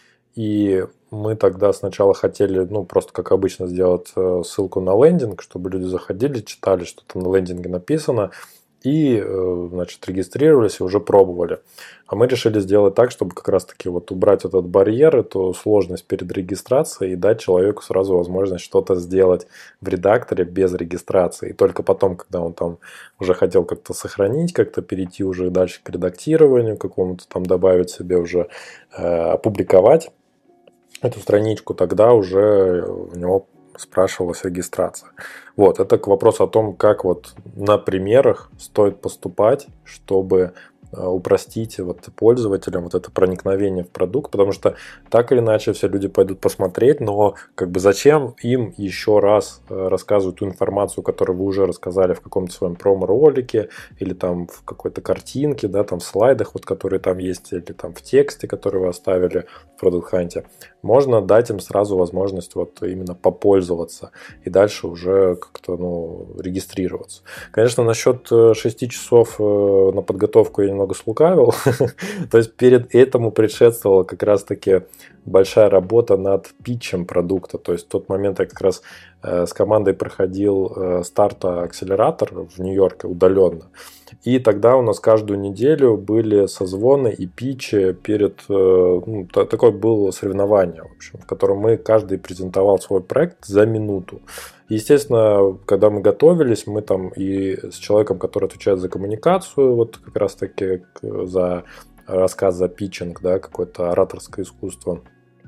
И мы тогда сначала хотели, ну, просто как обычно, сделать э, ссылку на лендинг, чтобы люди заходили, читали, что там на лендинге написано, и, э, значит, регистрировались и уже пробовали. А мы решили сделать так, чтобы как раз-таки вот убрать этот барьер, эту сложность перед регистрацией и дать человеку сразу возможность что-то сделать в редакторе без регистрации. И только потом, когда он там уже хотел как-то сохранить, как-то перейти уже дальше к редактированию, какому-то там добавить себе уже, э, опубликовать эту страничку, тогда уже у него спрашивалась регистрация. Вот, это к вопросу о том, как вот на примерах стоит поступать, чтобы упростить вот пользователям вот это проникновение в продукт, потому что так или иначе все люди пойдут посмотреть, но как бы зачем им еще раз рассказывать ту информацию, которую вы уже рассказали в каком-то своем промо-ролике или там в какой-то картинке, да, там в слайдах, вот, которые там есть, или там в тексте, который вы оставили в Product Hunt. Можно дать им сразу возможность вот именно попользоваться и дальше уже как-то, ну, регистрироваться. Конечно, насчет шести часов на подготовку я немного слукавил. То есть перед этому предшествовала как раз-таки большая работа над питчем продукта. То есть в тот момент я как раз с командой проходил старт-акселератор в Нью-Йорке удаленно. И тогда у нас каждую неделю были созвоны и питчи перед... Ну, такое было соревнование, в общем, в котором мы каждый презентовал свой проект за минуту. Естественно, когда мы готовились, мы там и с человеком, который отвечает за коммуникацию, вот как раз-таки за рассказ, за питчинг, да, какое-то ораторское искусство.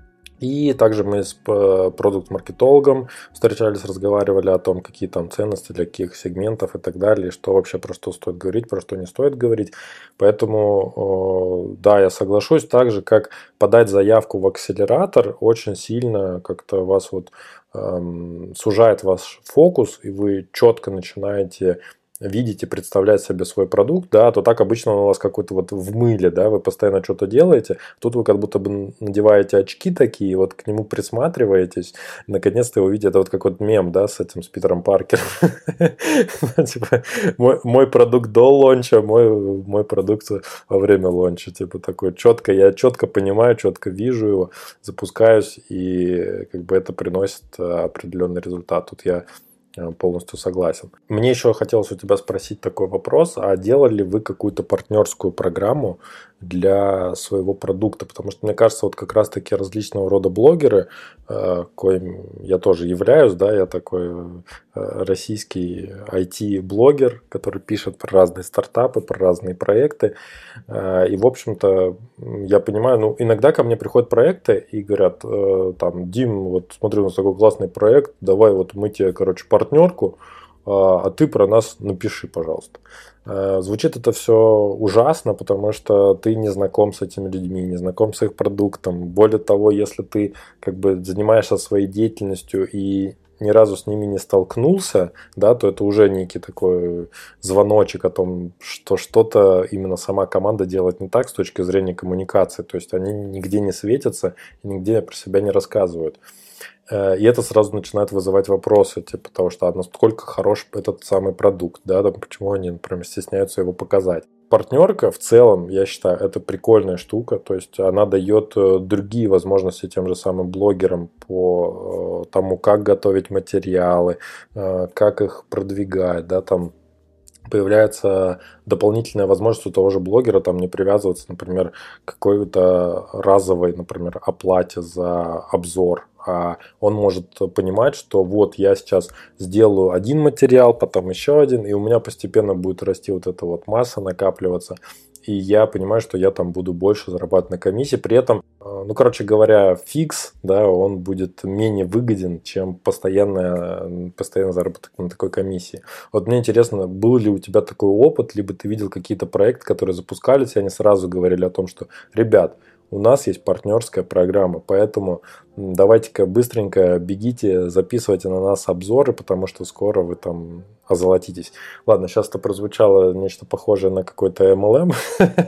И также мы с продукт-маркетологом встречались, разговаривали о том, какие там ценности для каких сегментов и так далее, что вообще про что стоит говорить, про что не стоит говорить. Поэтому, да, я соглашусь, так же, как подать заявку в акселератор, очень сильно как-то вас вот эм, сужает ваш фокус, и вы четко начинаете видите, представлять себе свой продукт, да, то так обычно он у вас какой-то вот в мыле, да, вы постоянно что-то делаете, тут вы как будто бы надеваете очки такие, вот к нему присматриваетесь, наконец-то вы видите, это вот какой-то мем, да, с этим, с Питером Паркером, типа, мой продукт до лонча, мой продукт во время лонча, типа, такой четко, я четко понимаю, четко вижу его, запускаюсь, и как бы это приносит определенный результат. Тут я полностью согласен. Мне еще хотелось у тебя спросить такой вопрос. А делали ли вы какую-то партнерскую программу для своего продукта? Потому что, мне кажется, вот как раз-таки различного рода блогеры, коим я тоже являюсь, да, я такой российский ай ти-блогер, который пишет про разные стартапы, про разные проекты. И, в общем-то, я понимаю, ну, иногда ко мне приходят проекты и говорят, там, Дим, вот смотри, у нас такой классный проект, давай вот мы тебе, короче, партнерку, а ты про нас напиши, пожалуйста. Звучит это все ужасно, потому что ты не знаком с этими людьми, не знаком с их продуктом. Более того, если ты как бы занимаешься своей деятельностью и ни разу с ними не столкнулся, да, то это уже некий такой звоночек о том, что что-то именно сама команда делает не так с точки зрения коммуникации. То есть они нигде не светятся и нигде про себя не рассказывают. И это сразу начинает вызывать вопросы, типа того, что а насколько хорош этот самый продукт, да, там, почему они, например, стесняются его показать. Партнерка в целом, я считаю, это прикольная штука, то есть она дает другие возможности тем же самым блогерам по тому, как готовить материалы, как их продвигать, да, там появляется дополнительная возможность у того же блогера там не привязываться, например, к какой-то разовой, например, оплате за обзор. А он может понимать, что вот я сейчас сделаю один материал, потом еще один, и у меня постепенно будет расти вот эта вот масса, накапливаться. И я понимаю, что я там буду больше зарабатывать на комиссии. При этом, ну, короче говоря, фикс, да, он будет менее выгоден, чем постоянный, постоянный заработок на такой комиссии. Вот мне интересно, был ли у тебя такой опыт, либо ты видел какие-то проекты, которые запускались, и они сразу говорили о том, что, ребят, у нас есть партнерская программа, поэтому давайте-ка быстренько бегите, записывайте на нас обзоры, потому что скоро вы там озолотитесь. Ладно, сейчас это прозвучало нечто похожее на какой-то эм эл эм,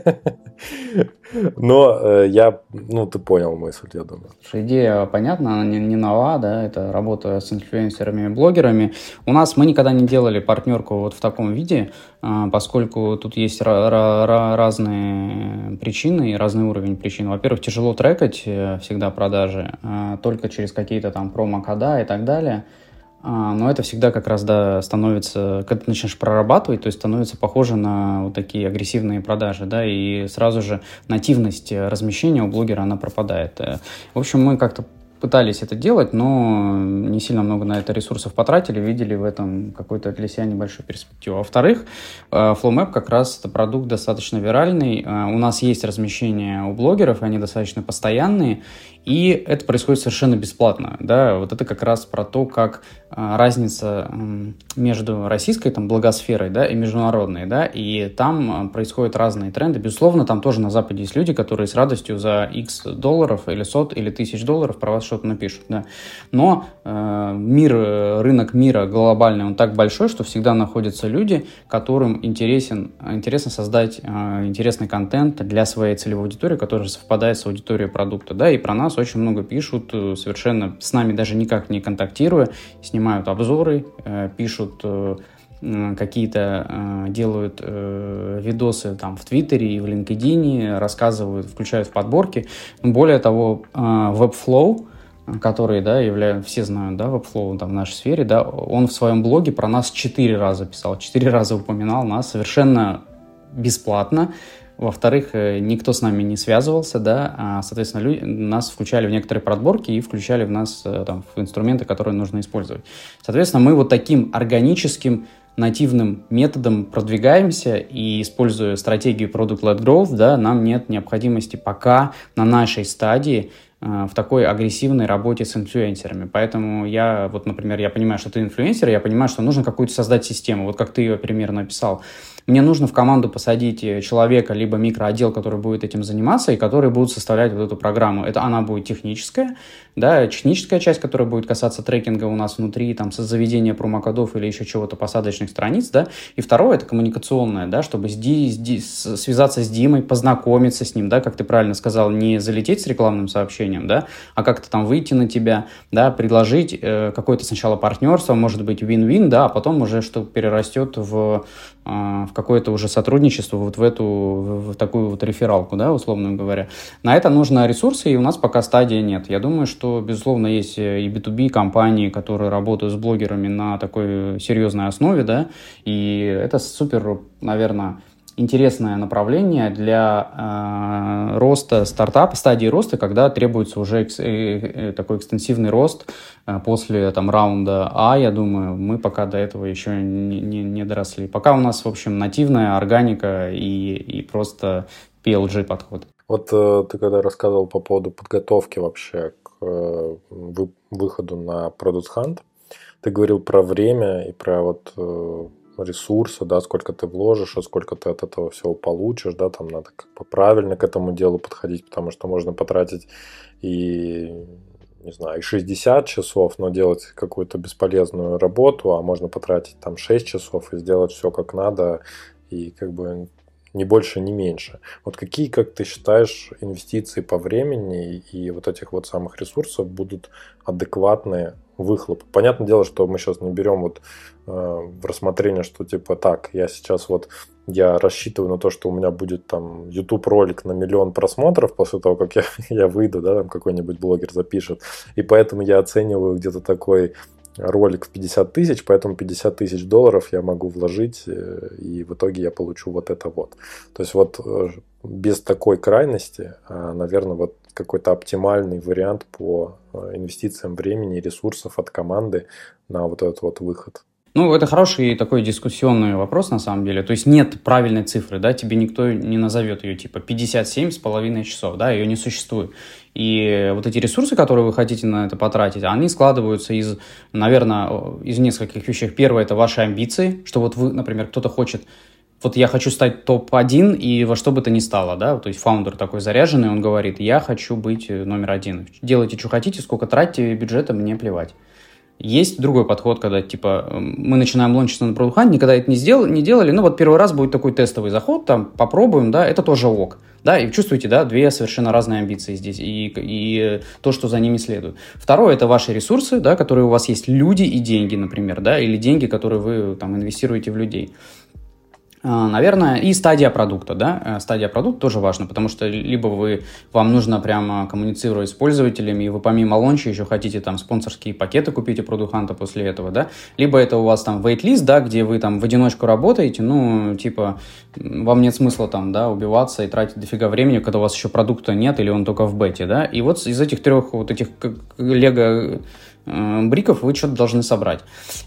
но я, ну, ты понял мысль, я думаю. Идея понятна, она не, не нова, да, это работа с инфлюенсерами и блогерами. У нас мы никогда не делали партнерку вот в таком виде, поскольку тут есть разные причины и разный уровень причин. Во-первых, тяжело трекать всегда продажи, только через какие-то там промокода и так далее. Но это всегда как раз, да, становится, когда ты начинаешь прорабатывать, то есть становится похоже на вот такие агрессивные продажи, да, и сразу же нативность размещения у блогера, она пропадает. В общем, мы как-то пытались это делать, но не сильно много на это ресурсов потратили, видели в этом какую-то для себя небольшую перспективу. Во-вторых, FlowMap как раз это продукт достаточно виральный. У нас есть размещение у блогеров, они достаточно постоянные, и это происходит совершенно бесплатно. Да? Вот это как раз про то, как разница между российской там, благосферой, да, и международной. Да? И там происходят разные тренды. Безусловно, там тоже на Западе есть люди, которые с радостью за X долларов или сот или тысяч долларов про вас что-то напишут. Да? Но э, мир, рынок мира глобальный, он так большой, что всегда находятся люди, которым интересен, интересно создать э, интересный контент для своей целевой аудитории, который совпадает с аудиторией продукта. Да? И про нас очень много пишут, совершенно с нами даже никак не контактируя, снимают обзоры, пишут какие-то, делают видосы там в Твиттере и в LinkedIn, рассказывают, включают в подборки. Более того, Webflow, который, да, является, все знают, да, Webflow там в нашей сфере, да, он в своем блоге про нас четыре раза писал, четыре раза упоминал нас совершенно бесплатно. Во-вторых, никто с нами не связывался, да, а, соответственно, люди, нас включали в некоторые подборки и включали в нас там, в инструменты, которые нужно использовать. Соответственно, мы вот таким органическим, нативным методом продвигаемся, и, используя стратегию Product-led Growth, да, нам нет необходимости пока на нашей стадии э, в такой агрессивной работе с инфлюенсерами. Поэтому я, вот, например, я понимаю, что ты инфлюенсер, я понимаю, что нужно какую-то создать систему, вот как ты ее примерно описал. Мне нужно в команду посадить человека, либо микроотдел, который будет этим заниматься, и которые будут составлять вот эту программу. Это она будет техническая, да, техническая часть, которая будет касаться трекинга у нас внутри, там, заведения промокодов или еще чего-то, посадочных страниц, да. И второе, это коммуникационное, да, чтобы с Ди, с Ди, с, связаться с Димой, познакомиться с ним, да, как ты правильно сказал, не залететь с рекламным сообщением, да, а как-то там выйти на тебя, да, предложить э, какое-то сначала партнерство, может быть, win-win, да, а потом уже что перерастет в, э, в какое-то уже сотрудничество вот в эту, в такую вот рефералку, да, условно говоря. На это нужны ресурсы, и у нас пока стадии нет. Я думаю, что, безусловно, есть и би ту би компании, которые работают с блогерами на такой серьезной основе, да, и это супер, наверное, интересное направление для э, роста стартапа, стадии роста, когда требуется уже экс, э, такой экстенсивный рост э, после там, раунда А, я думаю, мы пока до этого еще не, не, не доросли. Пока у нас, в общем, нативная органика и, и просто пи эл джи подход. Вот э, ты когда рассказывал по поводу подготовки вообще к э, вы, выходу на Product Hunt, ты говорил про время и про вот... Э, ресурсы, да, сколько ты вложишь, и сколько ты от этого всего получишь, да, там надо как бы правильно к этому делу подходить, потому что можно потратить и, не знаю, и шестьдесят часов, но делать какую-то бесполезную работу, а можно потратить там шесть часов и сделать все как надо, и как бы ни больше, ни меньше. Вот какие, как ты считаешь, инвестиции по времени и вот этих вот самых ресурсов будут адекватные выхлоп? Понятное дело, что мы сейчас не берем вот э, в рассмотрение, что типа так, я сейчас вот, я рассчитываю на то, что у меня будет там YouTube ролик на миллион просмотров после того, как я, я выйду, да, там какой-нибудь блогер запишет, и поэтому я оцениваю где-то такой ролик в пятьдесят тысяч, поэтому пятьдесят тысяч долларов я могу вложить, и в итоге я получу вот это вот. То есть вот без такой крайности, наверное, вот какой-то оптимальный вариант по инвестициям времени и ресурсов от команды на вот этот вот выход. Ну, это хороший такой дискуссионный вопрос, на самом деле. То есть нет правильной цифры, да, тебе никто не назовет ее, типа, пятьдесят семь с половиной часов, да, ее не существует. И вот эти ресурсы, которые вы хотите на это потратить, они складываются из, наверное, из нескольких вещей. Первое – это ваши амбиции, что вот вы, например, кто-то хочет вот я хочу стать топ один и во что бы то ни стало, да, то есть фаундер такой заряженный, он говорит, я хочу быть номер один. Делайте, что хотите, сколько тратите бюджета, мне плевать. Есть другой подход, когда, типа, мы начинаем лончиться на Product Hunt, никогда это не, сделали, не делали, ну, вот первый раз будет такой тестовый заход, там, попробуем, да, это тоже ок, да, и чувствуете, да, две совершенно разные амбиции здесь, и, и то, что за ними следует. Второе, это ваши ресурсы, да, которые у вас есть, люди и деньги, например, да, или деньги, которые вы, там, инвестируете в людей. Наверное, и стадия продукта, да, стадия продукта тоже важна, потому что либо вы, вам нужно прямо коммуницировать с пользователями, и вы помимо лонча еще хотите там спонсорские пакеты купить у Product Hunt после этого, да, либо это у вас там wait-list, да, где вы там в одиночку работаете, ну, типа, вам нет смысла там, да, убиваться и тратить дофига времени, когда у вас еще продукта нет или он только в бете, да, и вот из этих трех вот этих лего бриков вы что-то должны собрать.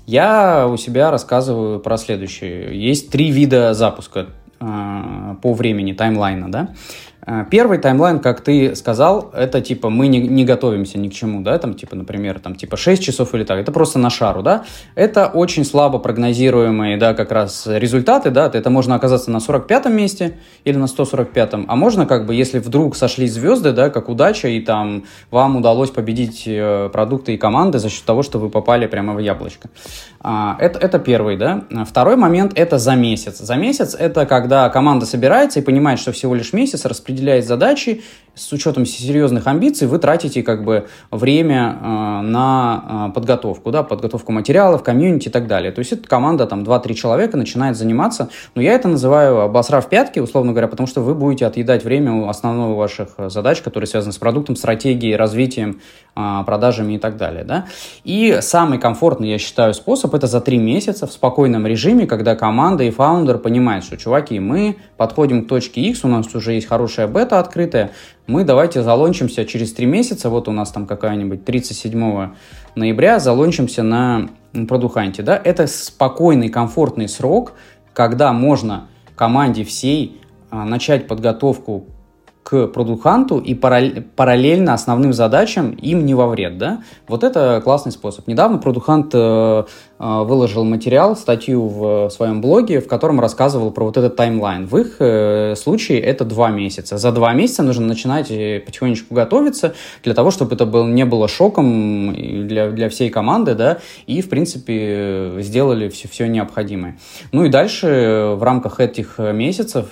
Я у себя рассказываю про следующее. Есть три вида запуска э, по времени, таймлайна, да. Первый таймлайн, как ты сказал, это типа мы не, не готовимся ни к чему, да, там типа, например, там типа шесть часов или так, это просто на шару, да, это очень слабо прогнозируемые, да, как раз результаты, да, это можно оказаться на сорок пятом месте или на сто сорок пятом, а можно как бы, если вдруг сошлись звезды, да, как удача, и там вам удалось победить продукты и команды за счет того, что вы попали прямо в яблочко. Это, это первый, да. Второй момент – это за месяц. За месяц – это когда команда собирается и понимает, что всего лишь месяц, распределяет задачи, с учетом серьезных амбиций вы тратите как бы время э, на э, подготовку, да, подготовку материалов, комьюнити и так далее. То есть эта команда, там, два-три человека начинает заниматься, но я это называю обосрав пятки, условно говоря, потому что вы будете отъедать время у основной ваших задач, которые связаны с продуктом, стратегией, развитием, э, продажами и так далее, да. И самый комфортный, я считаю, способ – это за три месяца в спокойном режиме, когда команда и фаундер понимают, что, чуваки, мы подходим к точке X, у нас уже есть хорошая бета открытая, мы давайте залончимся через три месяца, вот у нас там какая-нибудь тридцать седьмого ноября, залончимся на Product Hunt, да, это спокойный, комфортный срок, когда можно команде всей а, начать подготовку к Product Hunt и параллельно основным задачам им не во вред, да, вот это классный способ. Недавно Product Hunt э, э, выложил материал, статью в своем блоге, в котором рассказывал про вот этот таймлайн. В их э, случае это два месяца. За два месяца нужно начинать потихонечку готовиться для того, чтобы это был, не было шоком для, для всей команды, да, и, в принципе, сделали все, все необходимое. Ну и дальше в рамках этих месяцев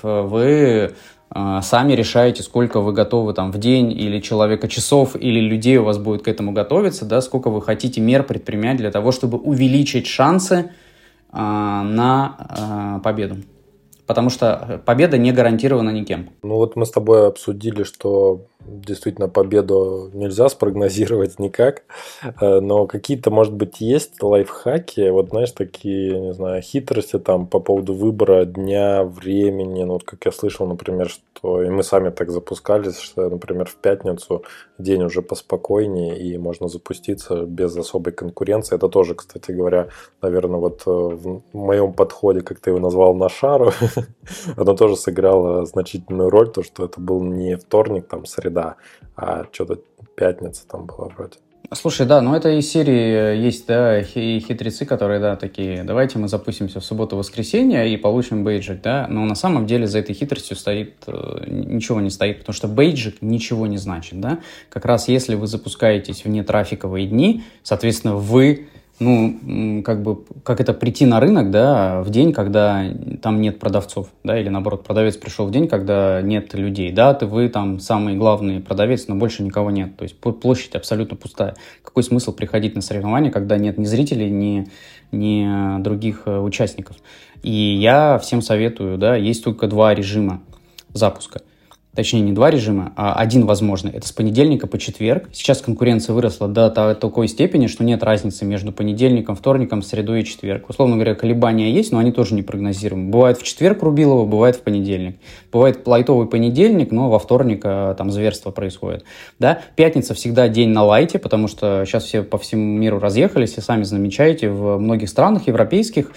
вы сами решаете, сколько вы готовы там в день или человека часов, или людей у вас будет к этому готовиться, да, сколько вы хотите мер предпринять для того, чтобы увеличить шансы э, на э, победу. Потому что победа не гарантирована никем. Ну вот мы с тобой обсудили, что действительно победу нельзя спрогнозировать никак, но какие-то, может быть, есть лайфхаки, вот знаешь, такие, не знаю, хитрости там по поводу выбора дня, времени, ну вот как я слышал, например, что и мы сами так запускались, что, например, в пятницу день уже поспокойнее и можно запуститься без особой конкуренции. Это тоже, кстати говоря, наверное, вот в моем подходе, как ты его назвал, на шару, оно тоже сыграло значительную роль, то, что это был не вторник, там, среда, да, а что-то пятница там была вроде. Слушай, да, ну это из серии есть, да, хитрецы, которые, да, такие, давайте мы запустимся в субботу-воскресенье и получим бейджик, да, но на самом деле за этой хитростью стоит, ничего не стоит, потому что бейджик ничего не значит, да, как раз если вы запускаетесь в нетрафиковые дни, соответственно, вы ну, как бы, как это прийти на рынок, да, в день, когда там нет продавцов, да, или наоборот, продавец пришел в день, когда нет людей, да, ты, вы там самый главный продавец, но больше никого нет, то есть площадь абсолютно пустая. Какой смысл приходить на соревнования, когда нет ни зрителей, ни, ни других участников? И я всем советую, да, есть только два режима запуска. Точнее, не два режима, а один возможный. Это с понедельника по четверг. Сейчас конкуренция выросла до такой степени, что нет разницы между понедельником, вторником, средой и четверг. Условно говоря, колебания есть, но они тоже не прогнозируемы. Бывает в четверг рубилово, бывает в понедельник. Бывает лайтовый понедельник, но во вторник там зверство происходит. Да? Пятница всегда день на лайте, потому что сейчас все по всему миру разъехались, и сами замечаете, в многих странах европейских в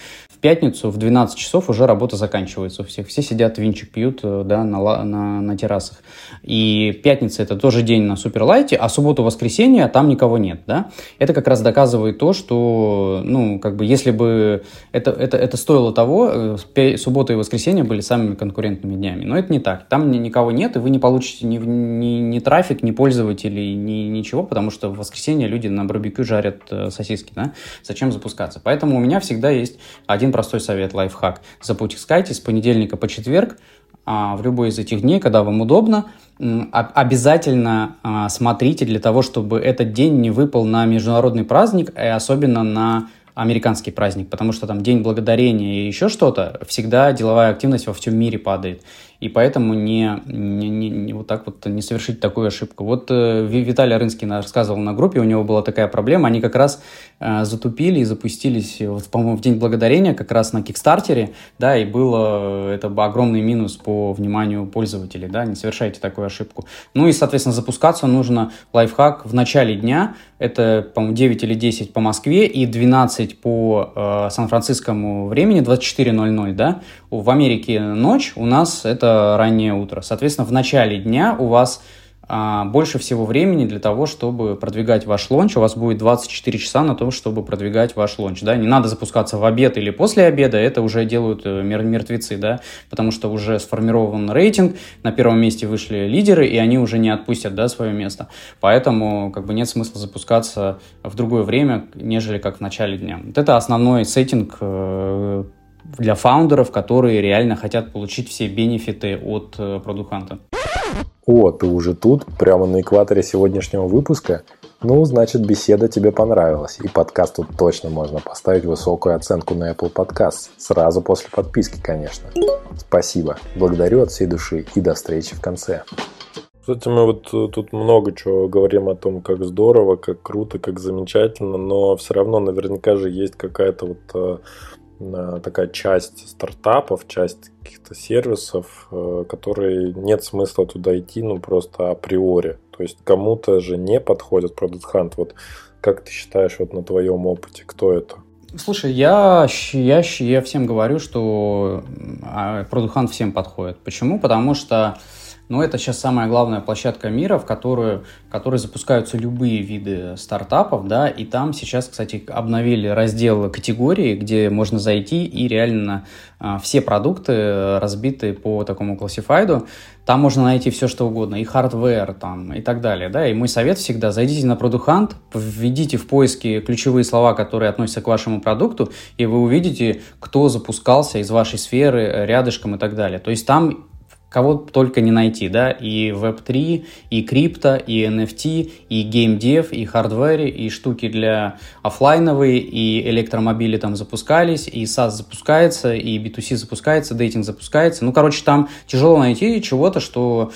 пятницу в двенадцать часов уже работа заканчивается у всех. Все сидят, винчик пьют, да, на, на, на террасах. И пятница – это тоже день на суперлайте, а субботу-воскресенье там никого нет, да. Это как раз доказывает то, что, ну, как бы, если бы это, это, это стоило того, суббота и воскресенье были самыми конкурентными днями. Но это не так. Там никого нет, и вы не получите ни, ни, ни трафик, ни пользователей, ни ничего, потому что в воскресенье люди на барбекю жарят сосиски, да. Зачем запускаться? Поэтому у меня всегда есть один простой совет, лайфхак. Запускайте с понедельника по четверг, в любой из этих дней, когда вам удобно, обязательно смотрите для того, чтобы этот день не выпал на международный праздник, и особенно на американский праздник, потому что там День Благодарения и еще что-то, всегда деловая активность во всем мире падает. И поэтому не, не, не, не вот так вот не совершить такую ошибку. Вот э, Виталий Рынский рассказывал на группе, у него была такая проблема, они как раз э, затупили и запустились, вот, по-моему, в День Благодарения как раз на Кикстартере, да, и было это огромный минус по вниманию пользователей, да, не совершайте такую ошибку. Ну и, соответственно, запускаться нужно лайфхак в начале дня, это, по-моему, девять или десять по Москве и двенадцать по э, сан-францискому времени, двадцать четыре ноль ноль, да, в Америке ночь, у нас это раннее утро. Соответственно, в начале дня у вас а, больше всего времени для того, чтобы продвигать ваш лонч. У вас будет двадцать четыре часа на то, чтобы продвигать ваш лонч. Да? Не надо запускаться в обед или после обеда, это уже делают мер- мертвецы, да? Потому что уже сформирован рейтинг, на первом месте вышли лидеры, и они уже не отпустят, да, свое место. Поэтому как бы нет смысла запускаться в другое время, нежели как в начале дня. Вот это основной сеттинг э- для фаундеров, которые реально хотят получить все бенефиты от э, Product Hunt. О, ты уже тут, прямо на экваторе сегодняшнего выпуска? Ну, значит, беседа тебе понравилась, и подкасту точно можно поставить высокую оценку на Apple Podcasts, сразу после подписки, конечно. Спасибо, благодарю от всей души, и до встречи в конце. Кстати, мы вот тут много чего говорим о том, как здорово, как круто, как замечательно, но все равно наверняка же есть какая-то вот такая часть стартапов, часть каких-то сервисов, которые нет смысла туда идти, ну просто априори. То есть кому-то же не подходит Product Hunt. Вот как ты считаешь, вот на твоем опыте, кто это? Слушай, я, я, я всем говорю, что Product Hunt всем подходит. Почему? Потому что ну, это сейчас самая главная площадка мира, в которую, в которой запускаются любые виды стартапов, да, и там сейчас, кстати, обновили раздел категории, где можно зайти и реально а, все продукты разбиты по такому классифайду. Там можно найти все, что угодно, и хардвер, там, и так далее, да, и мой совет всегда, зайдите на Product Hunt, введите в поиске ключевые слова, которые относятся к вашему продукту, и вы увидите, кто запускался из вашей сферы рядышком и так далее. То есть там кого только не найти, да, и веб три, и крипто, и эн эф ти, и геймдев, и хардвер, и штуки для офлайновые, и электромобили там запускались, и SaaS запускается, и би ту си запускается, дейтинг запускается. Ну, короче, там тяжело найти чего-то, что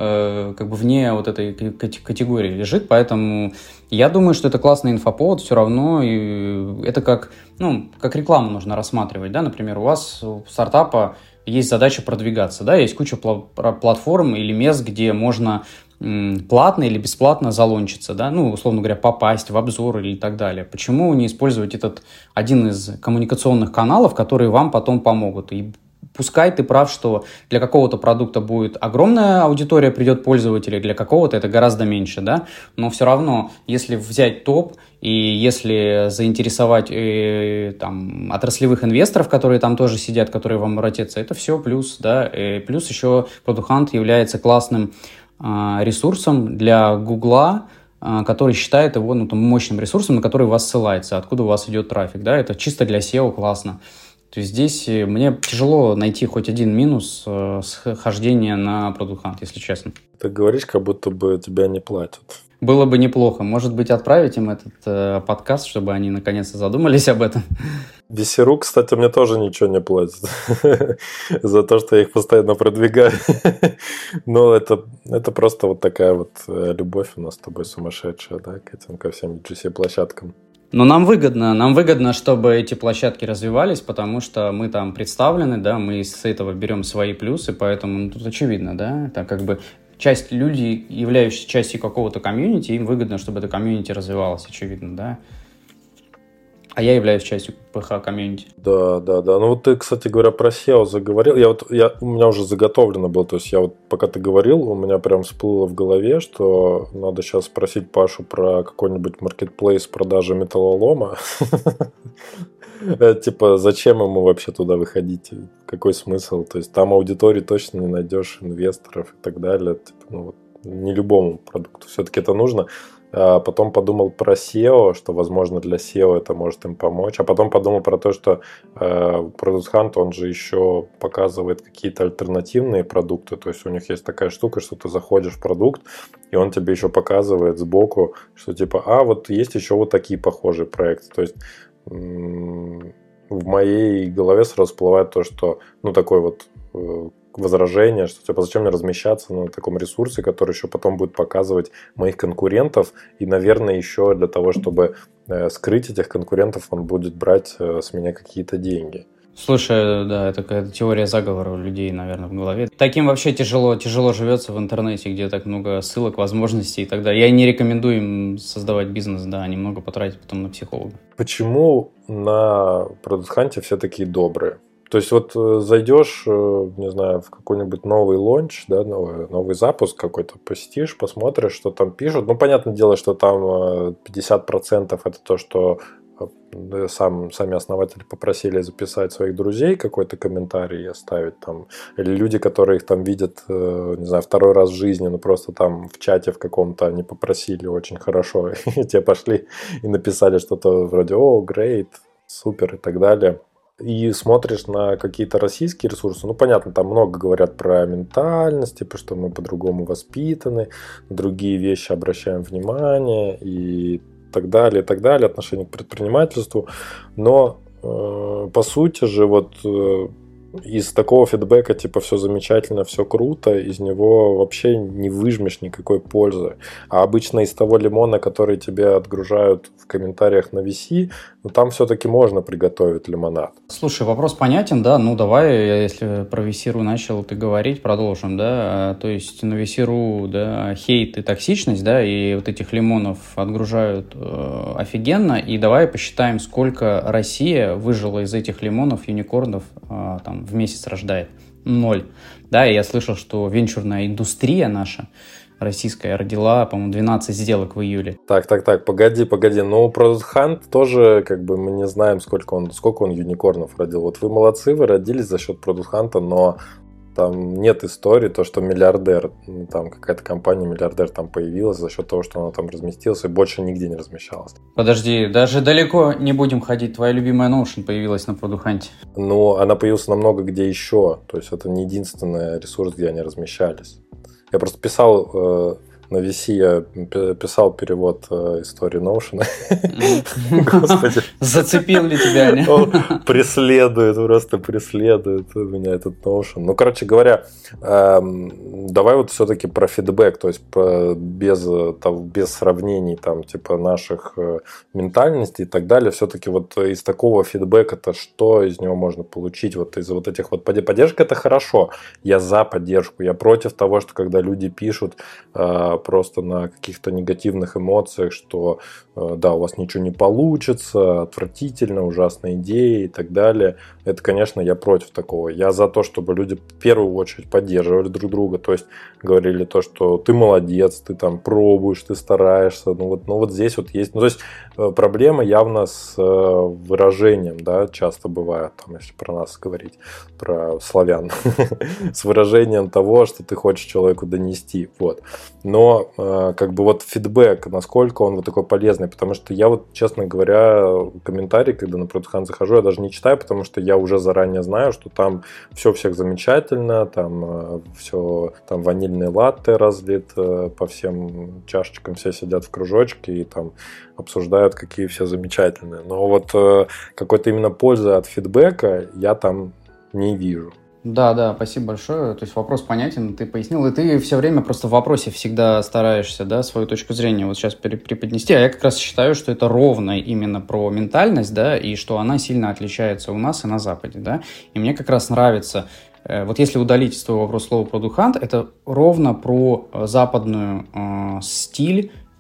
э, как бы вне вот этой категории лежит, поэтому я думаю, что это классный инфоповод, все равно, и это как, ну, как рекламу нужно рассматривать, да, например, у вас у стартапа есть задача продвигаться, да, есть куча пла- платформ или мест, где можно м, платно или бесплатно залончиться, да, ну, условно говоря, попасть в обзор или так далее. Почему не использовать этот один из коммуникационных каналов, которые вам потом помогут? И пускай ты прав, что для какого-то продукта будет огромная аудитория, придет пользователей, для какого-то это гораздо меньше, да, но все равно, если взять топ и если заинтересовать э, там, отраслевых инвесторов, которые там тоже сидят, которые вам обратятся, это все плюс, да, и плюс еще Product Hunt является классным э, ресурсом для Гугла, который считает его ну, там, мощным ресурсом, на который вас ссылается, откуда у вас идет трафик, да, это чисто для сео классно. То есть здесь мне тяжело найти хоть один минус э, схождения на Product Hunt, если честно. Ты говоришь, как будто бы тебя не платят. Было бы неплохо. Может быть, отправить им этот э, подкаст, чтобы они наконец-то задумались об этом. Весеру, кстати, мне тоже ничего не платят за то, что я их постоянно продвигаю. Но это, это просто вот такая вот любовь у нас с тобой сумасшедшая, да, к этим, ко всем джи си-площадкам. Но нам выгодно, нам выгодно, чтобы эти площадки развивались, потому что мы там представлены, да, мы с этого берем свои плюсы, поэтому ну, тут очевидно, да, это как бы часть людей, являющихся частью какого-то комьюнити, им выгодно, чтобы это комьюнити развивалось, очевидно, да. А я являюсь частью пи эйч комьюнити. Да, да, да. Ну вот ты, кстати говоря, про сео заговорил. Я вот, я, у меня уже заготовлено было, то есть я вот, пока ты говорил, у меня прям всплыло в голове, что надо сейчас спросить Пашу про какой-нибудь маркетплейс продажи металлолома. Типа, зачем ему вообще туда выходить? Какой смысл? То есть там аудитории точно не найдешь, инвесторов и так далее. Типа, ну, вот, не любому продукту все-таки это нужно. А потом подумал про сео, что, возможно, для сео это может им помочь. А потом подумал про то, что э, Product Hunt, он же еще показывает какие-то альтернативные продукты. То есть у них есть такая штука, что ты заходишь в продукт, и он тебе еще показывает сбоку, что типа, а вот есть еще вот такие похожие проекты. То есть м- в моей голове сразу всплывает то, что, ну, такой вот э, возражение, что типа зачем мне размещаться на таком ресурсе, который еще потом будет показывать моих конкурентов, и, наверное, еще для того, чтобы э, скрыть этих конкурентов, он будет брать э, с меня какие-то деньги. Слушай, да, это какая-то теория заговора у людей, наверное, в голове. Таким вообще тяжело, тяжело живется в интернете, где так много ссылок, возможностей и так далее. Я не рекомендую им создавать бизнес, да, они много потратят потом на психолога. Почему на Product Hunt все такие добрые? То есть вот зайдешь, не знаю, в какой-нибудь новый лонч, да, новый, новый запуск какой-то, посетишь, посмотришь, что там пишут. Ну, понятное дело, что там пятьдесят процентов это то, что сам, сами основатели попросили записать своих друзей, какой-то комментарий оставить там. Или люди, которые их там видят, не знаю, второй раз в жизни, но просто там в чате в каком-то они попросили очень хорошо, и те пошли и написали что-то вроде «О, great», «Супер» и так далее. И смотришь на какие-то российские ресурсы, ну, понятно, там много говорят про ментальность, типа, что мы по-другому воспитаны, на другие вещи обращаем внимание и так далее, и так далее, отношение к предпринимательству. Но, э, по сути же, вот э, из такого фидбэка, типа, все замечательно, все круто, из него вообще не выжмешь никакой пользы. А обычно из того лимона, который тебе отгружают в комментариях на ви си, ну, там все-таки можно приготовить лимонад. Слушай, вопрос понятен, да, ну давай, я, если про ви си.ру начал ты говорить, продолжим, да, то есть на ви си.ру, да, хейт и токсичность, да, и вот этих лимонов отгружают э, офигенно, и давай посчитаем, сколько Россия выжила из этих лимонов, юникорнов, э, там, в месяц рождает. Ноль. Да, и я слышал, что венчурная индустрия наша, российская, родила, по-моему, двенадцать сделок в июле. Так, так, так, погоди, погоди. Ну, Product Hunt тоже, как бы, мы не знаем, сколько он, сколько он юникорнов родил. Вот вы молодцы, вы родились за счет Product Hunt, но там нет истории, то, что миллиардер, там какая-то компания миллиардер там появилась за счет того, что она там разместилась и больше нигде не размещалась. Подожди, даже далеко не будем ходить. Твоя любимая Notion появилась на Product Hunt. Ну, она появилась намного где еще. То есть это не единственный ресурс, где они размещались. Я просто писал э, на ви си, я писал перевод э, истории Notion. Господи. Зацепил ли тебя, не? Преследует, просто преследует меня этот Notion. Ну, короче говоря, э, давай вот все-таки про фидбэк, то есть по, без, там, без сравнений там, типа наших э, ментальностей и так далее. Все-таки вот из такого фидбэка-то что из него можно получить? Вот из вот этих вот поддержка это хорошо. Я за поддержку. Я против того, что когда люди пишут э, просто на каких-то негативных эмоциях, что э, да, у вас ничего не получится, отвратительно, ужасная идея и так далее. Это, конечно, я против такого. Я за то, чтобы люди в первую очередь поддерживали друг друга, то есть говорили то, что ты молодец, ты там пробуешь, ты стараешься. Ну вот, ну вот здесь вот есть... Ну, то есть э, проблема явно с э, выражением, да, часто бывает, там, если про нас говорить, про славян, с выражением того, что ты хочешь человеку донести. Вот. Но э, как бы вот фидбэк, насколько он вот такой полезный, потому что я вот, честно говоря, комментарии, когда на Product Hunt захожу, я даже не читаю, потому что я уже заранее знаю, что там все у всех замечательно, там э, все, там ванильный латте разлит э, по всем чашечкам, все сидят в кружочке и там обсуждают, какие все замечательные. Но вот э, какой-то именно пользы от фидбэка я там не вижу. Да, да, спасибо большое. То есть вопрос понятен, ты пояснил, и ты все время просто в вопросе всегда стараешься, да, свою точку зрения вот сейчас преподнести, а я как раз считаю, что это ровно именно про ментальность, да, и что она сильно отличается у нас и на Западе, да, и мне как раз нравится, вот если удалить из твоего вопроса слово Product Hunt, это ровно про западную э, стиль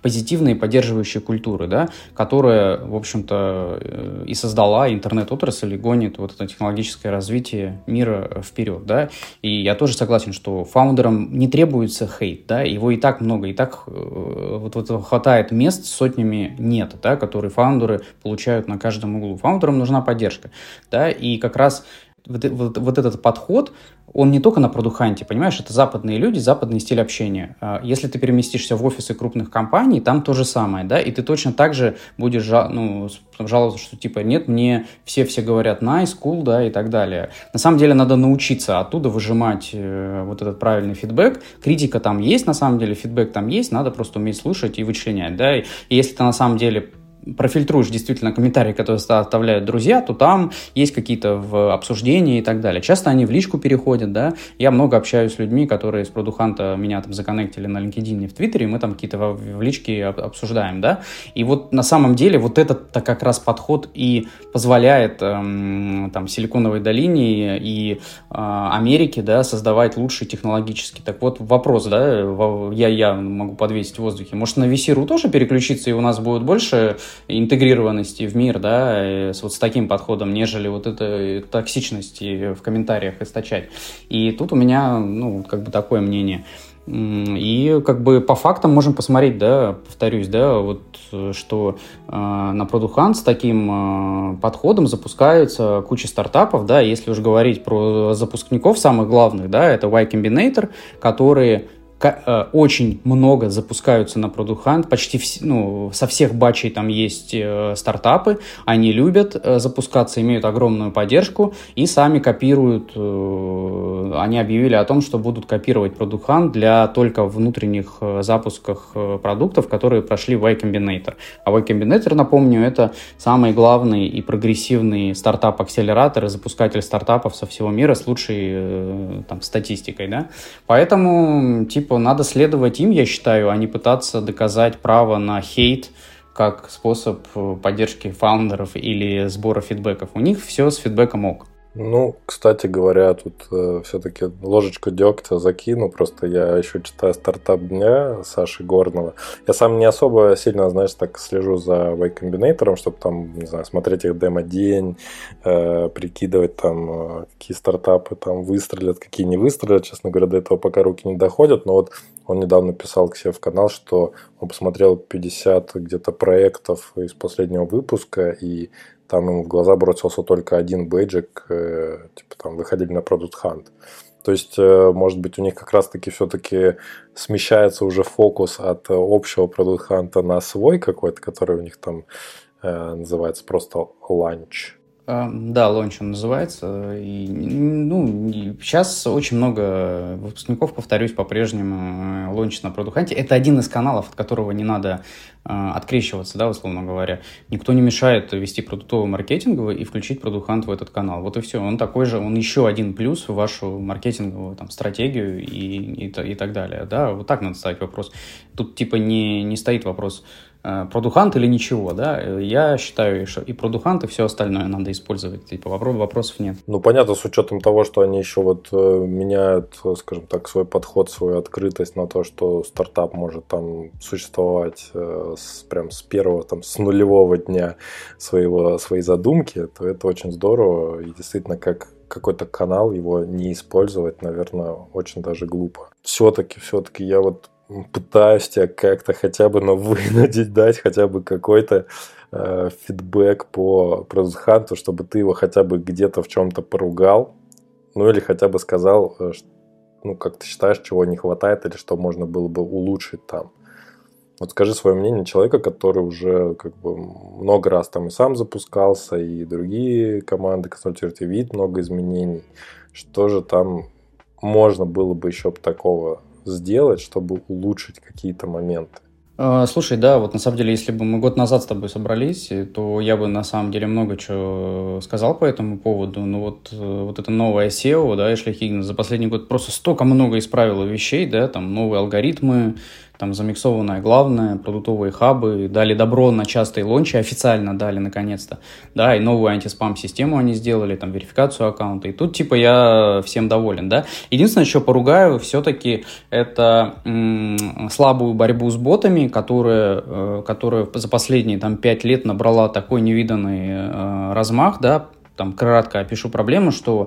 позитивной поддерживающей культуры, да, которая, в общем-то, и создала интернет-отрасль и гонит вот это технологическое развитие мира вперед, да, и я тоже согласен, что фаундерам не требуется хейт, да, его и так много, и так вот, вот хватает мест, сотнями нет, да, которые фаундеры получают на каждом углу. Фаундерам нужна поддержка, да, и как раз Вот, вот, вот этот подход, он не только на продуханте, понимаешь, это западные люди, западный стиль общения. Если ты переместишься в офисы крупных компаний, там то же самое, да, и ты точно так же будешь жал, ну, жаловаться, что типа нет, мне все-все говорят nice, cool, да, и так далее. На самом деле надо научиться оттуда выжимать э, вот этот правильный фидбэк. Критика там есть, на самом деле, фидбэк там есть, надо просто уметь слушать и вычленять, да, и, и если ты на самом деле профильтруешь действительно комментарии, которые оставляют друзья, то там есть какие-то в обсуждении и так далее. Часто они в личку переходят, да. Я много общаюсь с людьми, которые с продуханта меня там законнектили на LinkedIn и в Твиттере, и мы там какие-то в, в личке обсуждаем, да. И вот на самом деле вот этот-то как раз подход и позволяет эм, там Силиконовой долине и э, Америке, да, создавать лучший технологический. Так вот вопрос, да, я, я могу подвесить в воздухе. Может, на ви си-ру тоже переключиться, и у нас будет больше интегрированности в мир, да, с, вот с таким подходом, нежели вот этой токсичности в комментариях источать. И тут у меня, ну, как бы такое мнение. И как бы по фактам можем посмотреть, да, повторюсь, да, вот что э, на Product Hunt с таким э, подходом запускается куча стартапов, да, если уж говорить про запускников самых главных, да, это Y Combinator, которые очень много запускаются на Product Hunt, почти вс- ну, со всех батчей там есть э, стартапы, они любят э, запускаться, имеют огромную поддержку и сами копируют, э, они объявили о том, что будут копировать Product Hunt для только внутренних э, запусках э, продуктов, которые прошли Y Combinator. А Y Combinator, напомню, это самый главный и прогрессивный стартап-акселератор и запускатель стартапов со всего мира с лучшей э, там, статистикой, да, поэтому типа надо следовать им, я считаю, а не пытаться доказать право на хейт как способ поддержки фаундеров или сбора фидбэков. У них все с фидбэком ок. Ну, кстати говоря, тут э, все-таки ложечку дегтя закину, просто я еще читаю «Стартап дня» Саши Горного. Я сам не особо сильно, знаешь, так слежу за Y Combinator, чтобы там, не знаю, смотреть их демо-день, э, прикидывать там, э, какие стартапы там выстрелят, какие не выстрелят. Честно говоря, до этого пока руки не доходят, но вот он недавно писал к себе в канал, что он посмотрел пятьдесят где-то проектов из последнего выпуска, и там ему в глаза бросился только один бейджик, э, типа там выходили на Product Hunt. То есть, э, может быть, у них как раз-таки все-таки смещается уже фокус от общего Product Hunt на свой какой-то, который у них там э, называется просто Launch. Да, лонч он называется. И, ну, сейчас очень много выпускников, повторюсь, по-прежнему лончат на Product Hunt. Это один из каналов, от которого не надо э, открещиваться, да, условно говоря. Никто не мешает вести продуктовый маркетинг и включить Product Hunt в этот канал. Вот и все. Он такой же, он еще один плюс в вашу маркетинговую там, стратегию и, и, и так далее. Да? Вот так надо ставить вопрос. Тут типа не, не стоит вопрос Product Hunt или ничего, да, я считаю, что и Product Hunt, и все остальное надо использовать, типа вопросов нет. Ну, понятно, с учетом того, что они еще вот меняют, скажем так, свой подход, свою открытость на то, что стартап может там существовать с, прям с первого, там, с нулевого дня своего, своей задумки, то это очень здорово, и действительно, как какой-то канал его не использовать, наверное, очень даже глупо. Все-таки, все-таки я вот пытаюсь тебя как-то хотя бы ну, вынудить, дать хотя бы какой-то э, фидбэк по Product Hunt, чтобы ты его хотя бы где-то в чем-то поругал, ну или хотя бы сказал, э, ну как ты считаешь, чего не хватает или что можно было бы улучшить там. Вот скажи свое мнение человека, который уже как бы много раз там и сам запускался, и другие команды консультируют, и видит много изменений. Что же там можно было бы еще такого сделать, чтобы улучшить какие-то моменты? Слушай, да, вот на самом деле, если бы мы год назад с тобой собрались, то я бы на самом деле много чего сказал по этому поводу. Но вот, вот это новое сео, да, Эшли Хиггинс за последний год просто столько много исправило вещей, да, там новые алгоритмы, там замиксованное главное, продуктовые хабы, дали добро на частые лончи, официально дали наконец-то, да, и новую антиспам-систему они сделали, там, верификацию аккаунта, и тут, типа, я всем доволен, да. Единственное, что поругаю, все-таки это м- слабую борьбу с ботами, которая, э, которая за последние, там, пять лет набрала такой невиданный э, размах, да. Там кратко опишу проблему, что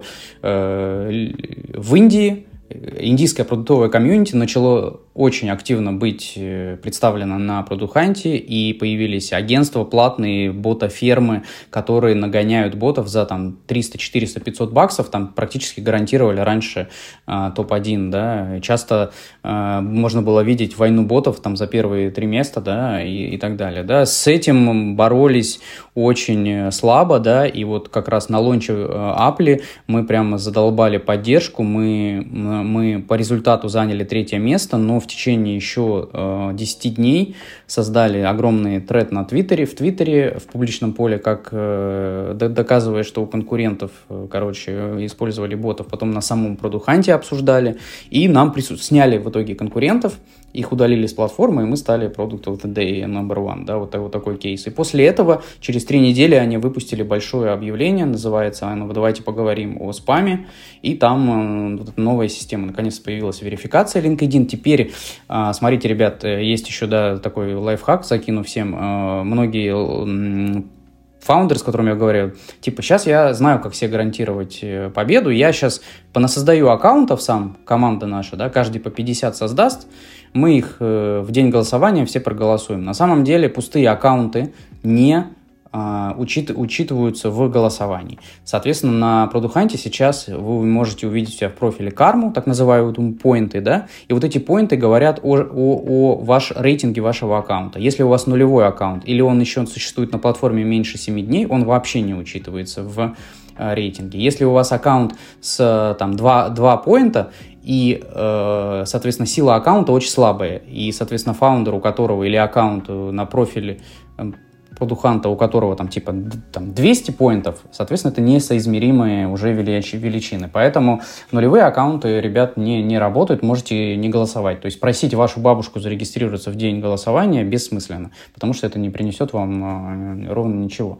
э, в Индии индийское продуктовое комьюнити начало очень активно быть представлено на Продуханте, и появились агентства платные, бота-фермы, которые нагоняют ботов за там триста, четыреста, пятьсот баксов, там практически гарантировали раньше э, топ один, да, часто э, можно было видеть войну ботов там за первые три места, да, и, и так далее, да, с этим боролись очень слабо, да, и вот как раз на лонче Apple мы прямо задолбали поддержку, мы, мы по результату заняли третье место, но в течение еще э, десять дней создали огромный тред на Твиттере, в Твиттере, в публичном поле, как э, доказывая, что у конкурентов, э, короче, использовали ботов, потом на самом Продуханте обсуждали, и нам прису- сняли в итоге конкурентов, их удалили с платформы, и мы стали Product of the Day number one, да, вот, вот такой кейс. И после этого, через три недели, они выпустили большое объявление, называется оно «Давайте поговорим о спаме», и там э, вот новая система, наконец появилась верификация LinkedIn. Теперь, э, смотрите, ребят, есть еще, да, такой лайфхак, закину всем, э, многие... Э, фаундеры, с которыми я говорю, типа, сейчас я знаю, как себе гарантировать победу, я сейчас понасоздаю аккаунтов сам, команда наша, да, каждый по пятьдесят создаст, мы их э, в день голосования все проголосуем. На самом деле пустые аккаунты не э, учит, учитываются в голосовании. Соответственно, на Продуханте сейчас вы можете увидеть у себя в профиле карму, так называемые поинты, да, и вот эти поинты говорят о, о, о ваш рейтинге вашего аккаунта. Если у вас нулевой аккаунт или он еще существует на платформе меньше семи дней, он вообще не учитывается в э, рейтинге. Если у вас аккаунт с там два, два поинта, и, э, соответственно, сила аккаунта очень слабая, и, соответственно, фаундер, у которого или аккаунт на профиле э, Продуханта, у которого там типа там, двести поинтов, соответственно, это несоизмеримые уже велич, величины. Поэтому нулевые аккаунты, ребят, не, не работают, можете не голосовать. То есть просить вашу бабушку зарегистрироваться в день голосования бессмысленно, потому что это не принесет вам э, ровно ничего.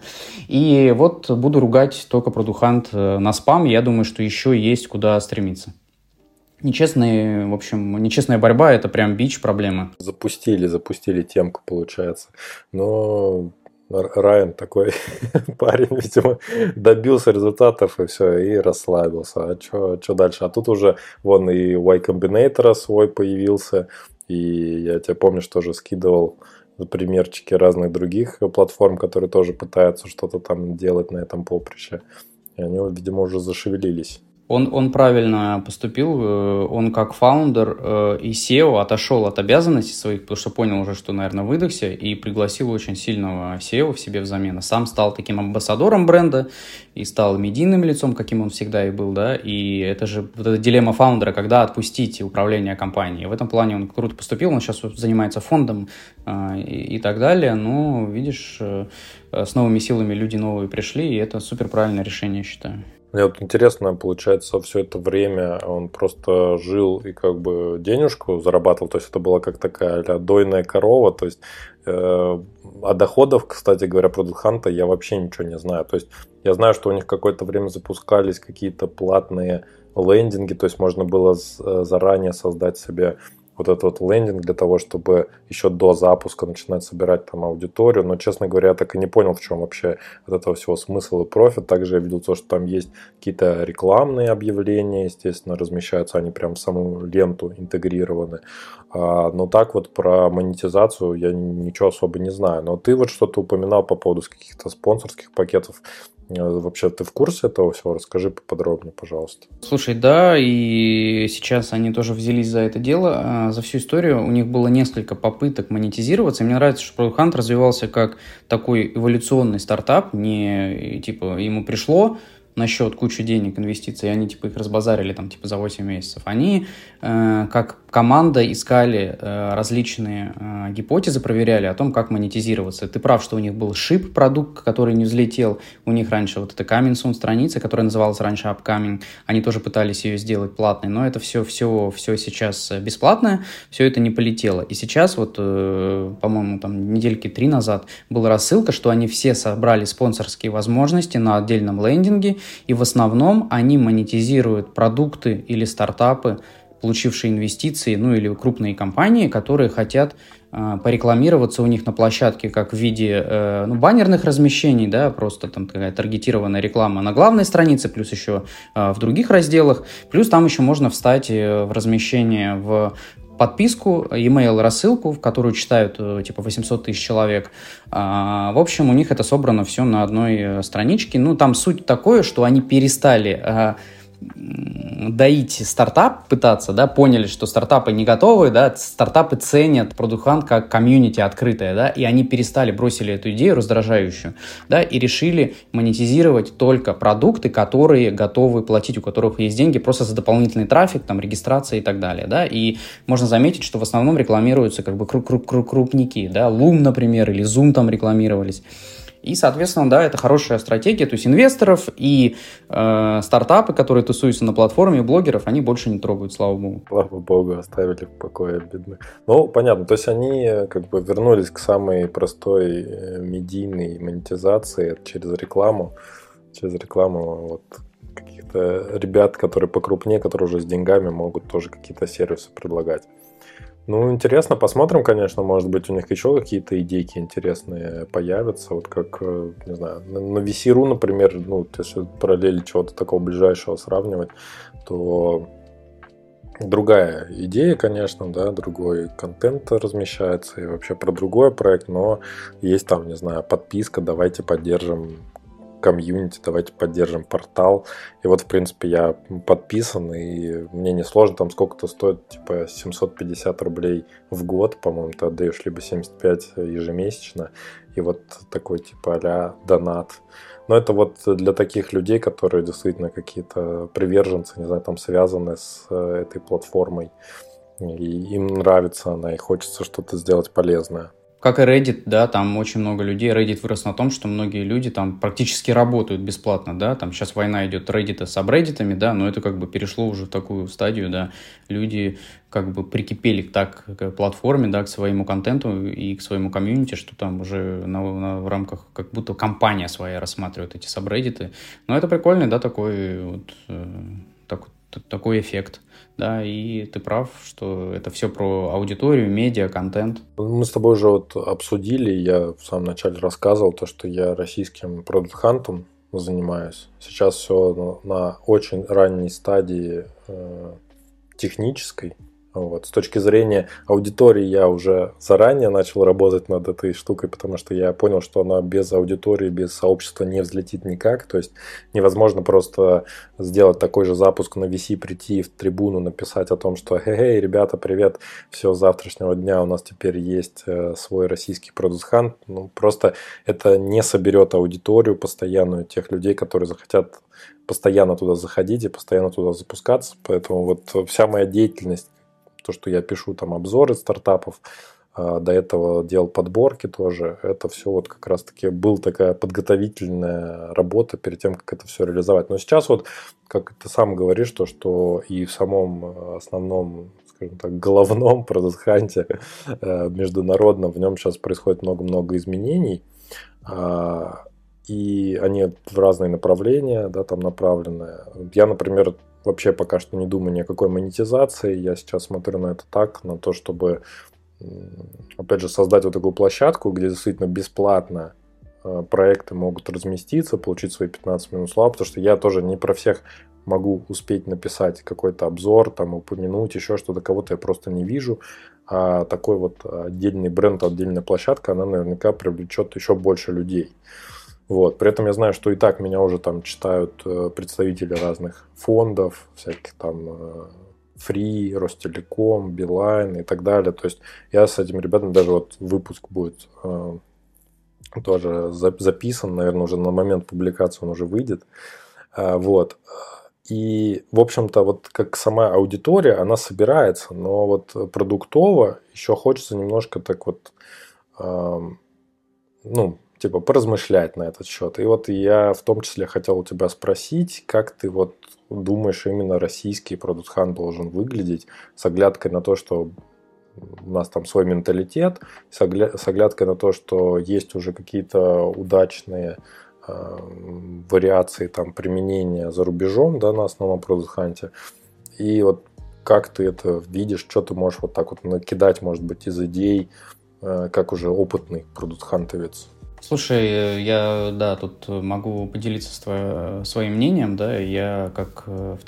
И вот буду ругать только Продухант на спам, я думаю, что еще есть куда стремиться. Нечестные, в общем, нечестная борьба – это прям бич проблемы. Запустили, запустили темку, получается. Но Райан такой парень, видимо, добился результатов и все, и расслабился. А что дальше? А тут уже вон и Y Combinator свой появился, и я тебя помню, что тоже скидывал примерчики разных других платформ, которые тоже пытаются что-то там делать на этом поприще. И они, видимо, уже зашевелились. Он, он правильно поступил, он как фаундер и сео отошел от обязанностей своих, потому что понял уже, что, наверное, выдохся, и пригласил очень сильного сео в себе взамен. Сам стал таким амбассадором бренда и стал медийным лицом, каким он всегда и был, да, и это же вот эта дилемма фаундера, когда отпустить управление компанией. В этом плане он круто поступил, он сейчас занимается фондом и, и так далее, но, видишь, с новыми силами люди новые пришли, и это супер правильное решение, считаю. Мне вот интересно, получается, все это время он просто жил и как бы денежку зарабатывал, то есть это была как такая а-ля дойная корова, то есть э, о доходах, кстати говоря, Продуханта я вообще ничего не знаю, то есть я знаю, что у них какое-то время запускались какие-то платные лендинги, то есть можно было заранее создать себе вот этот вот лендинг для того, чтобы еще до запуска начинать собирать там аудиторию. Но, честно говоря, я так и не понял, в чем вообще от этого всего смысл и профит. Также я видел то, что там есть какие-то рекламные объявления, естественно, размещаются, они прям в саму ленту интегрированы. А, но так вот про монетизацию я ничего особо не знаю. Но ты вот что-то упоминал по поводу каких-то спонсорских пакетов. Вообще, ты в курсе этого всего? Расскажи поподробнее, пожалуйста. Слушай, да, и сейчас они тоже взялись за это дело. За всю историю у них было несколько попыток монетизироваться. И мне нравится, что Product Hunt развивался как такой эволюционный стартап. Не типа ему пришло на счет кучу денег, инвестиций, и они типа их разбазарили там типа за восемь месяцев. Они э, как команда искали э, различные э, гипотезы, проверяли о том, как монетизироваться. Ты прав, что у них был шип-продукт, который не взлетел. У них раньше вот эта Coming Soon страница, которая называлась раньше Upcoming, они тоже пытались ее сделать платной, но это все, все, все сейчас бесплатное, все это не полетело. И сейчас вот, э, по-моему, там недельки три назад была рассылка, что они все собрали спонсорские возможности на отдельном лендинге, и в основном они монетизируют продукты или стартапы, получившие инвестиции, ну или крупные компании, которые хотят э, порекламироваться у них на площадке как в виде э, ну, баннерных размещений, да, просто там такая таргетированная реклама на главной странице, плюс еще э, в других разделах, плюс там еще можно встать э, в размещение в подписку, e-mail рассылку, в которую читают э, типа восемьсот тысяч человек. А, в общем, у них это собрано все на одной э, страничке. Ну, там суть такое, что они перестали э, доить стартап, пытаться, да, поняли, что стартапы не готовы, да, стартапы ценят Product Hunt как комьюнити открытое, да, и они перестали, бросили эту идею раздражающую, да, и решили монетизировать только продукты, которые готовы платить, у которых есть деньги просто за дополнительный трафик, там, регистрация и так далее, да, и можно заметить, что в основном рекламируются как бы крупники, да, Loom, например, или Zoom там рекламировались. И, соответственно, да, это хорошая стратегия, то есть инвесторов и э, стартапы, которые тусуются на платформе, блогеров, они больше не трогают, слава богу. Слава богу, оставили в покое, бедных. Ну, понятно, то есть они как бы вернулись к самой простой медийной монетизации через рекламу, через рекламу вот каких-то ребят, которые покрупнее, которые уже с деньгами могут тоже какие-то сервисы предлагать. Ну, интересно, посмотрим, конечно, может быть, у них еще какие-то идейки интересные появятся, вот как, не знаю, на ви си точка ру, например, ну, если параллели чего-то такого ближайшего сравнивать, то другая идея, конечно, да, другой контент размещается и вообще про другой проект, но есть там, не знаю, подписка, давайте поддержим комьюнити, давайте поддержим портал. И вот, в принципе, я подписан, и мне не сложно, там сколько-то стоит, типа семьсот пятьдесят рублей в год, по-моему, ты отдаешь либо семьдесят пять ежемесячно, и вот такой типа а-ля донат. Но это вот для таких людей, которые действительно какие-то приверженцы, не знаю, там связаны с этой платформой, и им нравится она, и хочется что-то сделать полезное. Как и Reddit, да, там очень много людей. Reddit вырос на том, что многие люди там практически работают бесплатно, да, там сейчас война идет Reddit с сабреддитами, да, но это как бы перешло уже в такую стадию, да, люди как бы прикипели так к платформе, да, к своему контенту и к своему комьюнити, что там уже на, на, в рамках как будто компания своя рассматривает эти сабреддиты. Но это прикольный, да, такой вот, э, так, такой эффект. Да, и ты прав, что это все про аудиторию, медиа, контент. Мы с тобой уже вот обсудили, я в самом начале рассказывал, то, что я российским продакт-хантом занимаюсь. Сейчас все на, на очень ранней стадии э, технической. Вот. С точки зрения аудитории я уже заранее начал работать над этой штукой, потому что я понял, что она без аудитории, без сообщества не взлетит никак. То есть невозможно просто сделать такой же запуск на ви си, прийти в трибуну, написать о том, что «Хей, ребята, привет, все, с завтрашнего дня у нас теперь есть свой российский Product Hunt». Ну, просто это не соберет аудиторию постоянную тех людей, которые захотят постоянно туда заходить и постоянно туда запускаться. Поэтому вот вся моя деятельность, то, что я пишу там обзоры стартапов, до этого делал подборки тоже, это все вот как раз-таки была такая подготовительная работа перед тем, как это все реализовать. Но сейчас вот, как ты сам говоришь, то, что и в самом основном, скажем так, головном продакт-ханте международном, в нем сейчас происходит много-много изменений, и они в разные направления, да, там направлены. Я, например, вообще пока что не думаю ни о какой монетизации. Я сейчас смотрю на это так, на то, чтобы, опять же, создать вот такую площадку, где действительно бесплатно проекты могут разместиться, получить свои пятнадцать минут славы, потому что я тоже не про всех могу успеть написать какой-то обзор, там, упомянуть еще что-то, кого-то я просто не вижу. А такой вот отдельный бренд, отдельная площадка, она наверняка привлечет еще больше людей. Вот. При этом я знаю, что и так меня уже там читают представители разных фондов, всяких там Фри, Ростелеком, Билайн и так далее. То есть я с этими ребятами, даже вот выпуск будет э, тоже записан, наверное, уже на момент публикации он уже выйдет. Э, вот. И, в общем-то, вот как сама аудитория, она собирается, но вот продуктово еще хочется немножко так вот, эм, ну, типа, поразмышлять на этот счет. И вот я в том числе хотел у тебя спросить, как ты вот думаешь, именно российский продукт-хант должен выглядеть с оглядкой на то, что у нас там свой менталитет, с оглядкой на то, что есть уже какие-то удачные э, вариации там, применения за рубежом, да, на основном продукт-ханте. И вот как ты это видишь, что ты можешь вот так вот накидать, может быть, из идей, э, как уже опытный продукт-хантовец? Слушай, я, да, тут могу поделиться с твоим, своим мнением, да, я как в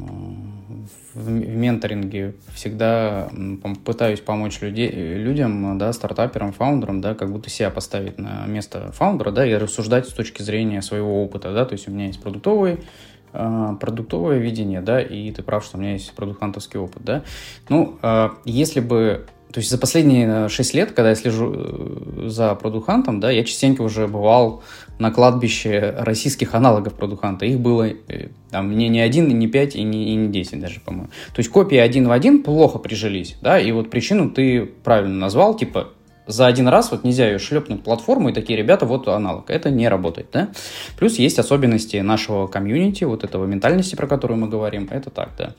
таком, в, в менторинге всегда пытаюсь помочь людей, людям, да, стартаперам, фаундерам, да, как будто себя поставить на место фаундера, да, и рассуждать с точки зрения своего опыта, да, то есть у меня есть продуктовый, продуктовое видение, да, и ты прав, что у меня есть продукт-хантовский опыт, да, ну, если бы То есть за последние шесть лет, когда я слежу за продукт-хантом, да, я частенько уже бывал на кладбище российских аналогов продукт-ханта. Их было там не, не один, не пять и не, и не десять даже, по-моему. То есть копии один в один плохо прижились, да, и вот причину ты правильно назвал, типа за один раз вот нельзя ее шлепнуть в платформу, и такие ребята, вот аналог. Это не работает, да. Плюс есть особенности нашего комьюнити, вот этого ментальности, про которую мы говорим, это так, да.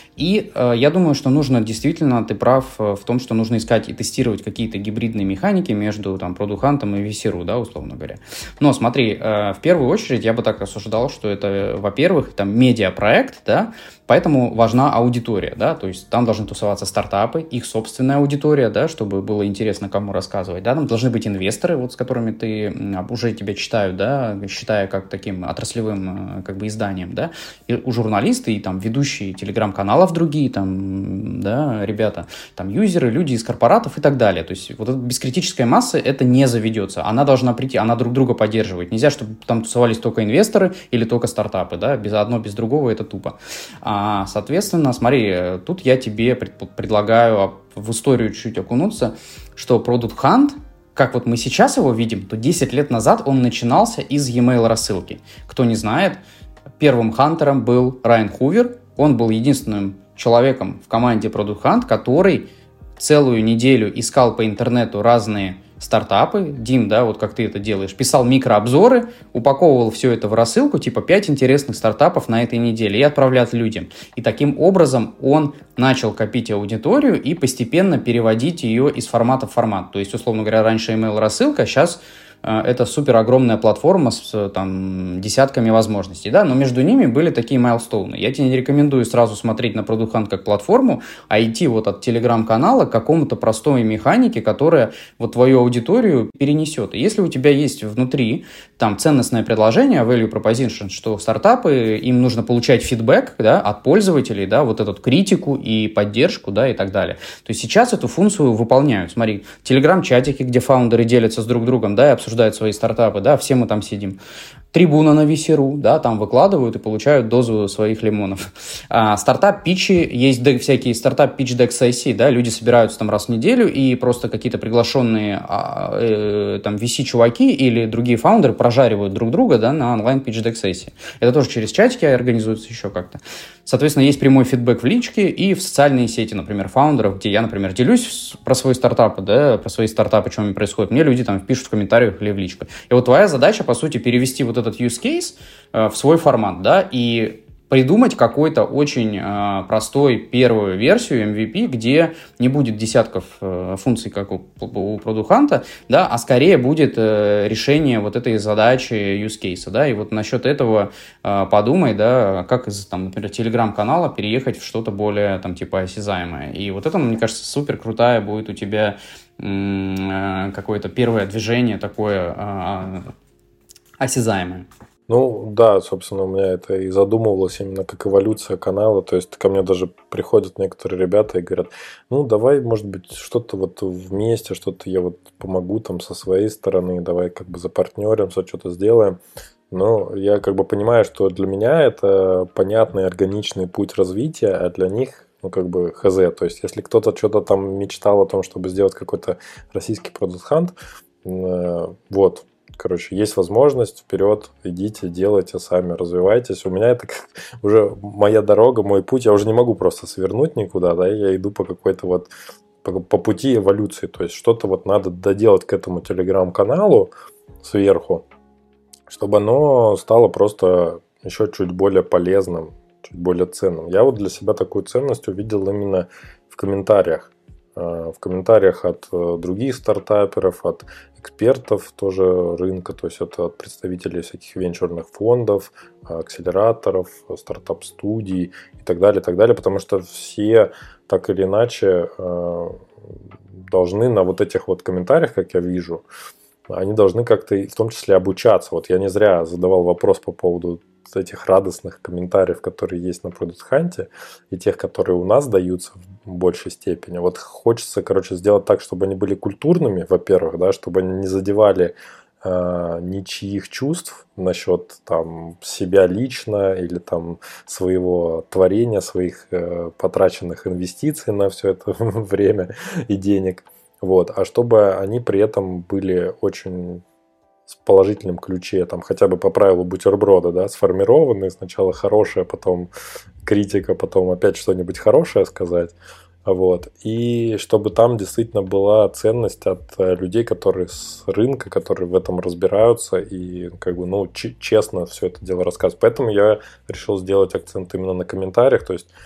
И э, я думаю, что нужно действительно, ты прав в том, что нужно искать и тестировать какие-то гибридные механики между там продукт-хантом и ви си эр у, да, условно говоря. Но смотри, э, в первую очередь я бы так рассуждал, что это, во-первых, там медиапроект, да, поэтому важна аудитория, да, то есть там должны тусоваться стартапы, их собственная аудитория, да, чтобы было интересно кому рассказывать, да, там должны быть инвесторы, вот с которыми ты уже тебя читают, да, считая как таким отраслевым как бы изданием, да, и у журналисты и там ведущие телеграм-каналов другие, там, да, ребята, там юзеры, люди из корпоратов и так далее, то есть вот эта бескритическая масса, это не заведется, она должна прийти, она друг друга поддерживает, нельзя, чтобы там тусовались только инвесторы или только стартапы, да, без одно без другого это тупо. А, соответственно, смотри, тут я тебе пред, предлагаю в историю чуть окунуться, что Product Hunt, как вот мы сейчас его видим, то десять лет назад он начинался из e-mail рассылки. Кто не знает, первым хантером был Райан Хувер, он был единственным человеком в команде Product Hunt, который целую неделю искал по интернету разные стартапы, Дим, да, вот как ты это делаешь, писал микрообзоры, упаковывал все это в рассылку, типа пять интересных стартапов на этой неделе и отправлял людям. И таким образом он начал копить аудиторию и постепенно переводить ее из формата в формат. То есть, условно говоря, раньше email-рассылка, сейчас это супер огромная платформа с там, десятками возможностей, да, но между ними были такие майлстоуны. Я тебе не рекомендую сразу смотреть на Product Hunt как платформу, а идти вот от телеграм-канала к какому-то простой механике, которая вот твою аудиторию перенесет. И если у тебя есть внутри там ценностное предложение, value proposition, что стартапы, им нужно получать фидбэк, да, от пользователей, да, вот эту критику и поддержку, да, и так далее. То есть сейчас эту функцию выполняют. Смотри, телеграм-чатики, где фаундеры делятся с друг другом, да, и обсуждают свои стартапы, да, все мы там сидим. Трибуна на ви си эр у, да, там выкладывают и получают дозу своих лимонов. А, стартап-питчи, есть дек, всякие стартап-питч-дек-сессии, да, люди собираются там раз в неделю, и просто какие-то приглашенные а, э, там ви си-чуваки или другие фаундеры прожаривают друг друга, да, на онлайн-питч-дек-сессии. Это тоже через чатики организуется еще как-то. Соответственно, есть прямой фидбэк в личке и в социальные сети, например, фаундеров, где я, например, делюсь про свои стартапы, да, про свои стартапы, что у меня происходит. Мне люди там пишут в комментариях или в личку. И вот твоя задача, по сути, перевести вот этот use case э, в свой формат, да, и придумать какой-то очень э, простой первую версию эм ви пи, где не будет десятков э, функций, как у, у Product Hunt, да, а скорее будет э, решение вот этой задачи use case, да, и вот насчет этого э, подумай, да, как из, там, например, телеграм-канала переехать в что-то более, там, типа, осязаемое. И вот это, мне кажется, супер крутая будет у тебя э, какое-то первое движение такое э, осязаемое. Ну, да, собственно, у меня это и задумывалось именно как эволюция канала. То есть ко мне даже приходят некоторые ребята и говорят, ну, давай, может быть, что-то вот вместе, что-то я вот помогу там со своей стороны, давай как бы запартнеримся, что-то сделаем. Но я как бы понимаю, что для меня это понятный, органичный путь развития, а для них, ну, как бы хз. То есть, если кто-то что-то там мечтал о том, чтобы сделать какой-то российский продукт-хант, вот, короче, есть возможность, вперед, идите, делайте сами, развивайтесь. У меня это как уже моя дорога, мой путь, я уже не могу просто свернуть никуда, да, я иду по какой-то вот, по, по пути эволюции, то есть что-то вот надо доделать к этому телеграм-каналу сверху, чтобы оно стало просто еще чуть более полезным, чуть более ценным. Я вот для себя такую ценность увидел именно в комментариях. В комментариях от других стартаперов, от экспертов тоже рынка, то есть это от представителей всяких венчурных фондов, акселераторов, стартап-студий и так далее, и так далее, потому что все так или иначе должны на вот этих вот комментариях, как я вижу, они должны как-то в том числе обучаться. Вот я не зря задавал вопрос по поводу этих радостных комментариев, которые есть на Product Hunt, и тех, которые у нас даются в большей степени. Вот хочется, короче, сделать так, чтобы они были культурными, во-первых, да, чтобы они не задевали э, ничьих чувств насчет там себя лично или там своего творения, своих э, потраченных инвестиций на все это время и денег. Вот. А чтобы они при этом были очень в положительном ключе, там хотя бы по правилу бутерброда, да, сформированы, сначала хорошее, потом критика, потом опять что-нибудь хорошее сказать, вот, и чтобы там действительно была ценность от людей, которые с рынка, которые в этом разбираются и как бы, ну, ч- честно все это дело рассказывают. Поэтому я решил сделать акцент именно на комментариях, то есть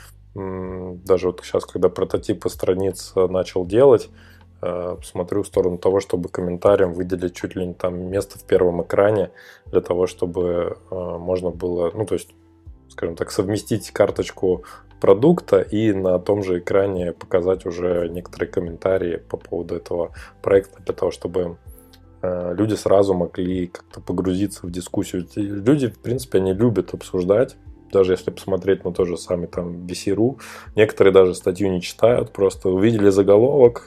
м- даже вот сейчас, когда прототипы страниц начал делать, смотрю в сторону того, чтобы комментариям выделить чуть ли не там место в первом экране, для того, чтобы э, можно было, ну, то есть, скажем так, совместить карточку продукта и на том же экране показать уже некоторые комментарии по поводу этого проекта, для того, чтобы э, люди сразу могли как-то погрузиться в дискуссию. Люди, в принципе, они любят обсуждать. Даже если посмотреть на то же самое там ви си точка ру, некоторые даже статью не читают, просто увидели заголовок,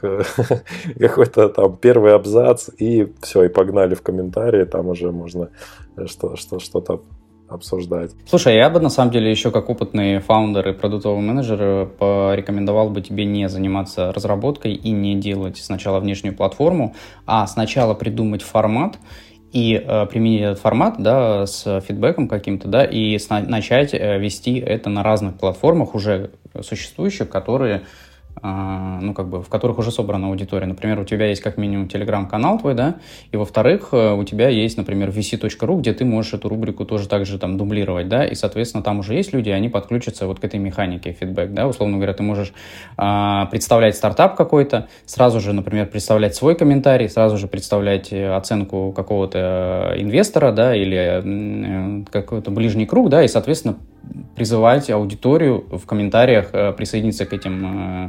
какой-то там первый абзац, и все, и погнали в комментарии, там уже можно что- что- что-то обсуждать. Слушай, я бы на самом деле еще как опытный фаундер и продуктовый менеджер порекомендовал бы тебе не заниматься разработкой и не делать сначала внешнюю платформу, а сначала придумать формат, и э, применить этот формат, да, с фидбэком каким-то, да, и с, начать э, вести это на разных платформах уже существующих, которые, э, ну, как бы, в которых уже собрана аудитория. Например, у тебя есть как минимум телеграм-канал твой, да, и во-вторых, э, у тебя есть, например, ви си точка ру, где ты можешь эту рубрику тоже так же там дублировать, да, и, соответственно, там уже есть люди, они подключатся вот к этой механике фидбэк, да, условно говоря, ты можешь э, представлять стартап какой-то, сразу же, например, представлять свой комментарий, сразу же представлять оценку какого-то инвестора, да, или э, какой-то ближний круг, да, и, соответственно, призывать аудиторию в комментариях э, присоединиться к этим э,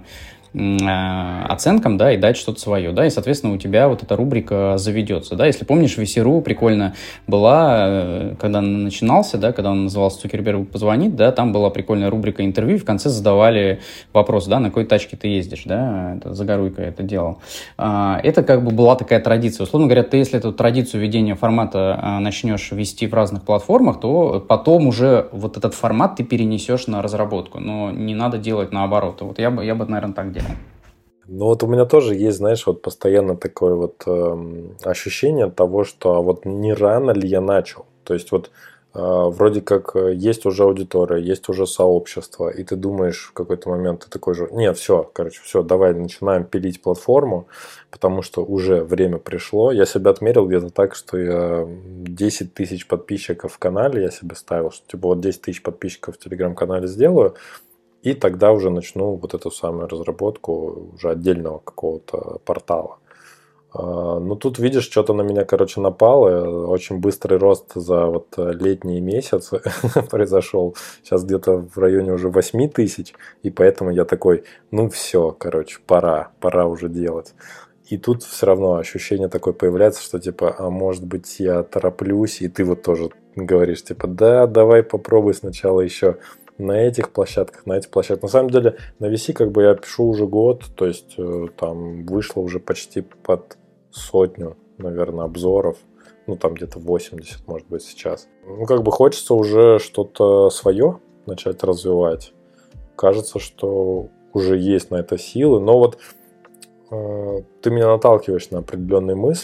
оценкам, да, и дать что-то свое, да, и, соответственно, у тебя вот эта рубрика заведется, да, если помнишь, ви си точка ру прикольно была, когда он начинался, да, когда он назывался «Цукербергу позвонить», да, там была прикольная рубрика интервью, и в конце задавали вопрос, да, на какой тачке ты ездишь, да, это Загоруйко это делал. Это как бы была такая традиция, условно говоря, ты, если эту традицию ведения формата начнешь вести в разных платформах, то потом уже вот этот формат ты перенесешь на разработку, но не надо делать наоборот, вот я бы, я бы, наверное, так делал. Ну вот у меня тоже есть, знаешь, вот постоянно такое вот э, ощущение того, что вот не рано ли я начал. То есть вот э, вроде как есть уже аудитория, есть уже сообщество, и ты думаешь в какой-то момент, ты такой же, не, все, короче, все, давай начинаем пилить платформу, потому что уже время пришло. Я себя отмерил где-то так, что я десять тысяч подписчиков в канале я себе ставил, что типа вот десять тысяч подписчиков в телеграм-канале сделаю, и тогда уже начну вот эту самую разработку уже отдельного какого-то портала. Ну, тут, видишь, что-то на меня, короче, напало. Очень быстрый рост за вот летние месяцы произошел. Сейчас где-то в районе уже восемь тысяч. И поэтому я такой, ну все, короче, пора, пора уже делать. И тут все равно ощущение такое появляется, что типа, а может быть я тороплюсь, и ты вот тоже говоришь, типа, да, давай попробуй сначала еще на этих площадках, на этих площадках. На самом деле, на ви си как бы я пишу уже год, то есть там вышло уже почти под сотню, наверное, обзоров. Ну, там где-то восемьдесят, может быть, сейчас. Ну, как бы хочется уже что-то свое начать развивать. Кажется, что уже есть на это силы. Но вот э, ты меня наталкиваешь на определенные мысли.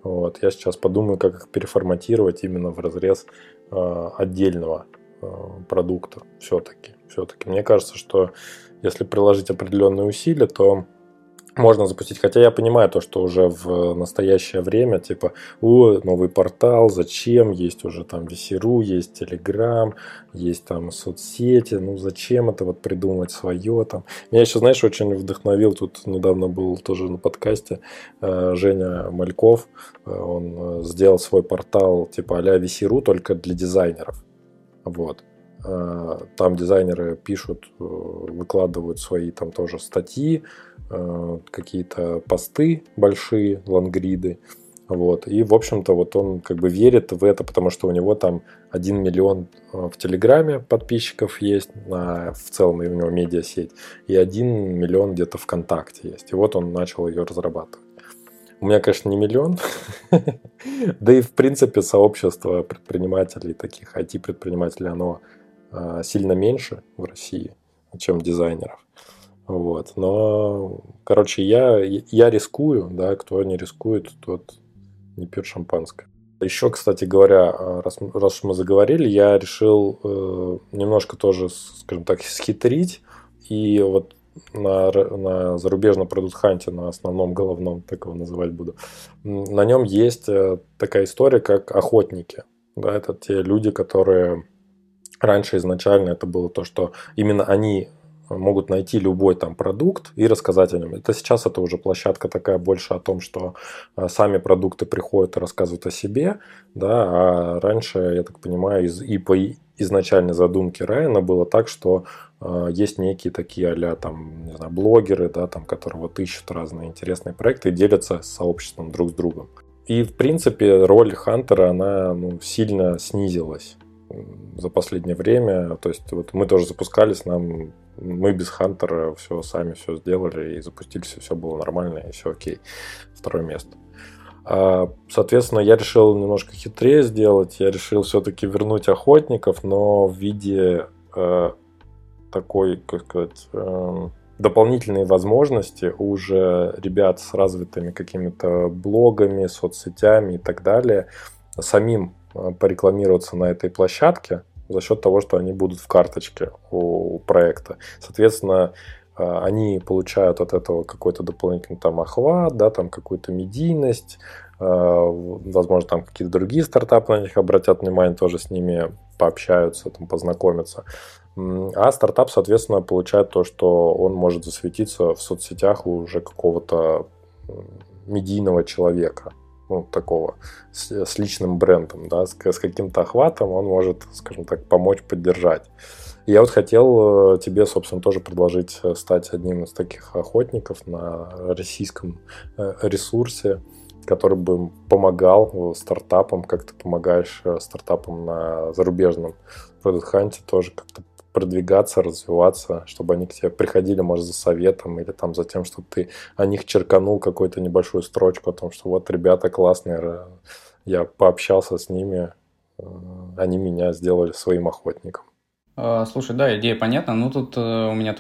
Вот. Я сейчас подумаю, как их переформатировать именно в разрез э, отдельного э, продукта все-таки. Все-таки. Мне кажется, что если приложить определенные усилия, то можно запустить. Хотя я понимаю то, что уже в настоящее время, типа, о, новый портал, зачем? Есть уже там ви си точка ру, есть Telegram, есть там соцсети. Ну, зачем это вот придумать свое там? Меня еще, знаешь, очень вдохновил, тут недавно был тоже на подкасте Женя Мальков. Он сделал свой портал типа а-ля ви си точка ру, только для дизайнеров. Вот. Там дизайнеры пишут, выкладывают свои там тоже статьи, какие-то посты большие, лонгриды. Вот. И, в общем-то, вот он как бы верит в это, потому что у него там один миллион в Телеграме подписчиков есть, на, в целом и у него медиасеть, и один миллион где-то ВКонтакте есть. И вот он начал ее разрабатывать. У меня, конечно, не миллион, да и, в принципе, сообщество предпринимателей, таких ай ти-предпринимателей, оно сильно меньше в России, чем дизайнеров. Вот. Но, короче, я, я рискую, да, кто не рискует, тот не пьет шампанское. Еще, кстати говоря, раз, раз мы заговорили, я решил э, немножко тоже, скажем так, схитрить. И вот на, на зарубежном продукт-ханте, на основном головном, так его называть буду, на нем есть такая история, как охотники. Да, это те люди, которые раньше изначально это было то, что именно они могут найти любой там продукт и рассказать о нем. Это сейчас это уже площадка такая больше о том, что сами продукты приходят и рассказывают о себе, да, а раньше, я так понимаю, из, и по изначальной задумке Райана было так, что э, есть некие такие а-ля там, не знаю, блогеры, да, там, которые вот ищут разные интересные проекты и делятся с сообществом друг с другом. И, в принципе, роль хантера, она ну, сильно снизилась за последнее время. То есть вот мы тоже запускались, нам мы без хантера все сами все сделали и запустились, и все было нормально, и все окей. Второе место. Соответственно, я решил немножко хитрее сделать. Я решил все-таки вернуть охотников, но в виде э, такой, как сказать, э, дополнительной возможности уже ребят с развитыми какими-то блогами, соцсетями и так далее самим порекламироваться на этой площадке за счет того, что они будут в карточке у проекта. Соответственно, они получают от этого какой-то дополнительный там охват, да, там какую-то медийность, возможно, там какие-то другие стартапы на них обратят внимание, тоже с ними пообщаются, там, познакомятся. А стартап, соответственно, получает то, что он может засветиться в соцсетях у уже какого-то медийного человека. Ну, такого, с, с личным брендом, да, с, с каким-то охватом он может, скажем так, помочь, поддержать. И я вот хотел тебе, собственно, тоже предложить стать одним из таких охотников на российском ресурсе, который бы помогал стартапам, как ты помогаешь стартапам на зарубежном продукт-ханте тоже как-то продвигаться, развиваться, чтобы они к тебе приходили, может, за советом или там за тем, чтобы ты о них черканул какую-то небольшую строчку о том, что вот ребята классные, я пообщался с ними, они меня сделали своим охотником. Слушай, да, идея понятна, но тут у меня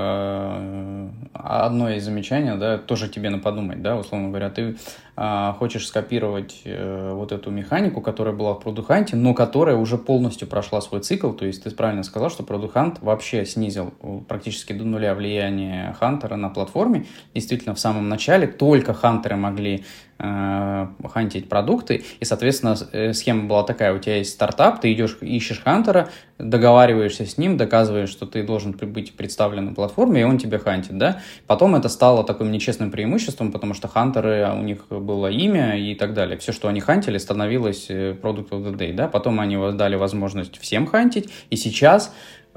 только одно из замечаний, да, тоже тебе на подумать, да, условно говоря, ты хочешь скопировать вот эту механику, которая была в Product Hunt, но которая уже полностью прошла свой цикл, то есть ты правильно сказал, что Product Hunt вообще снизил практически до нуля влияние хантера на платформе, действительно в самом начале только хантеры могли хантить продукты, и, соответственно, схема была такая, у тебя есть стартап, ты идешь, ищешь хантера, договариваешься с ним, доказываешь, что ты должен быть представлен на платформе, и он тебе хантит, да. Потом это стало таким нечестным преимуществом, потому что хантеры, у них было имя и так далее. Все, что они хантили, становилось Product of the Day, да. Потом они дали возможность всем хантить, и сейчас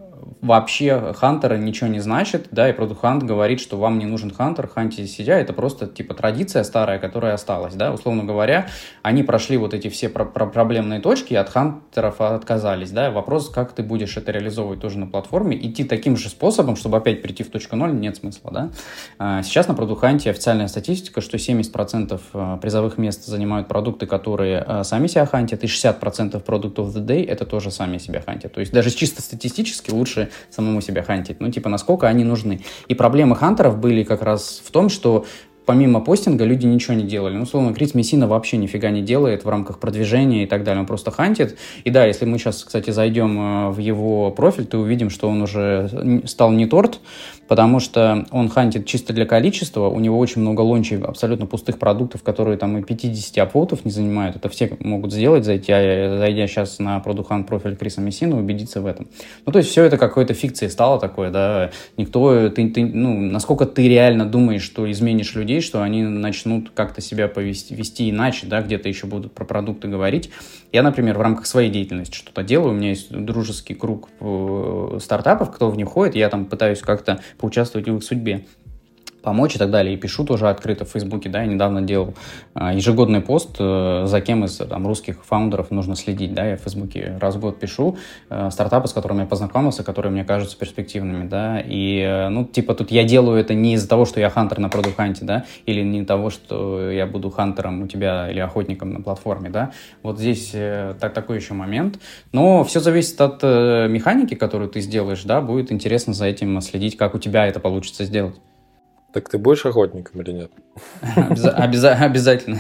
вообще хантера ничего не значит, да, и Product Hunt говорит, что вам не нужен хантер, хантите сидя, это просто типа традиция старая, которая осталась, да, условно говоря, они прошли вот эти все про- про- проблемные точки и от хантеров отказались, да, вопрос, как ты будешь это реализовывать тоже на платформе, идти таким же способом, чтобы опять прийти в точку ноль, нет смысла, да. А сейчас на Product Hunt официальная статистика, что семьдесят процентов призовых мест занимают продукты, которые сами себя хантят, и шестьдесят процентов Product of the Day это тоже сами себя хантят, то есть даже чисто статистически лучше самому себя хантить, ну, типа, насколько они нужны. И проблемы хантеров были как раз в том, что помимо постинга люди ничего не делали. Ну, условно, Крис Мессина вообще нифига не делает в рамках продвижения и так далее. Он просто хантит. И да, если мы сейчас, кстати, зайдем в его профиль, то увидим, что он уже стал не торт, потому что он хантит чисто для количества. У него очень много лончей абсолютно пустых продуктов, которые там и пятьдесят апвотов не занимают. Это все могут сделать, зайти, зайдя сейчас на Product Hunt профиль Криса Мессина, убедиться в этом. Ну, то есть все это какой-то фикцией стало такое, да. Никто, ты, ты, ну, насколько ты реально думаешь, что изменишь людей, что они начнут как-то себя повести, вести иначе, да, где-то еще будут про продукты говорить. Я, например, в рамках своей деятельности что-то делаю, у меня есть дружеский круг стартапов, кто в них ходит, я там пытаюсь как-то поучаствовать в их судьбе, помочь и так далее. И пишу тоже открыто в Фейсбуке, да, я недавно делал а, ежегодный пост, а, за кем из там, русских фаундеров нужно следить, да, я в Фейсбуке раз в год пишу а, стартапы, с которыми я познакомился, которые мне кажутся перспективными, да, и, а, ну, типа, тут я делаю это не из-за того, что я хантер на Product Hunt, да, или не того, что я буду хантером у тебя или охотником на платформе, да, вот здесь э, так, такой еще момент, но все зависит от э, механики, которую ты сделаешь, да, будет интересно за этим следить, как у тебя это получится сделать. Так ты будешь охотником или нет? Обяза- обязательно.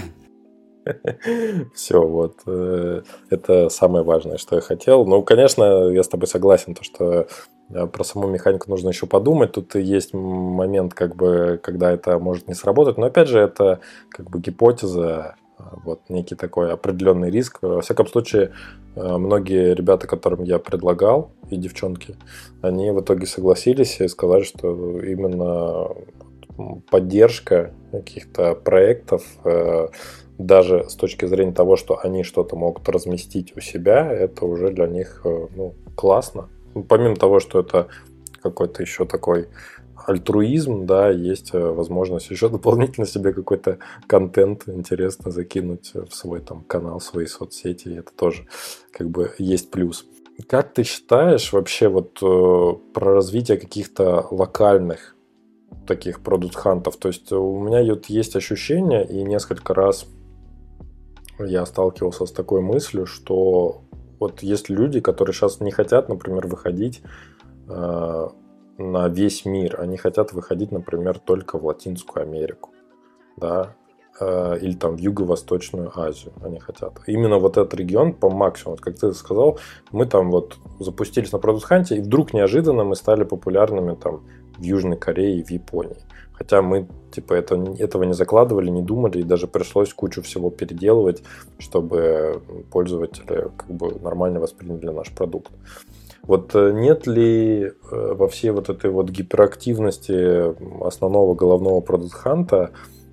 Все, вот. Это самое важное, что я хотел. Ну, конечно, я с тобой согласен, то, что про саму механику нужно еще подумать. Тут есть момент, как бы, когда это может не сработать. Но, опять же, это как бы гипотеза, вот некий такой определенный риск. Во всяком случае, многие ребята, которым я предлагал, и девчонки, они в итоге согласились и сказали, что именно поддержка каких-то проектов, даже с точки зрения того, что они что-то могут разместить у себя, это уже для них, ну, классно. Помимо того, что это какой-то еще такой альтруизм, да, есть возможность еще дополнительно себе какой-то контент интересно закинуть в свой там канал, в свои соцсети, и это тоже как бы есть плюс. Как ты считаешь вообще вот про развитие каких-то локальных таких продукт-хантов? То есть у меня вот есть ощущение, и несколько раз я сталкивался с такой мыслью, что вот есть люди, которые сейчас не хотят, например, выходить э, на весь мир, они хотят выходить, например, только в Латинскую Америку, да, э, или там в Юго-Восточную Азию они хотят. Именно вот этот регион по максимуму, как ты сказал, мы там вот запустились на продукт-ханте, и вдруг неожиданно мы стали популярными там в Южной Корее и в Японии. Хотя мы типа это, этого не закладывали, не думали, и даже пришлось кучу всего переделывать, чтобы пользователи как бы нормально восприняли наш продукт. Вот нет ли во всей вот этой вот гиперактивности основного головного продукт-ханта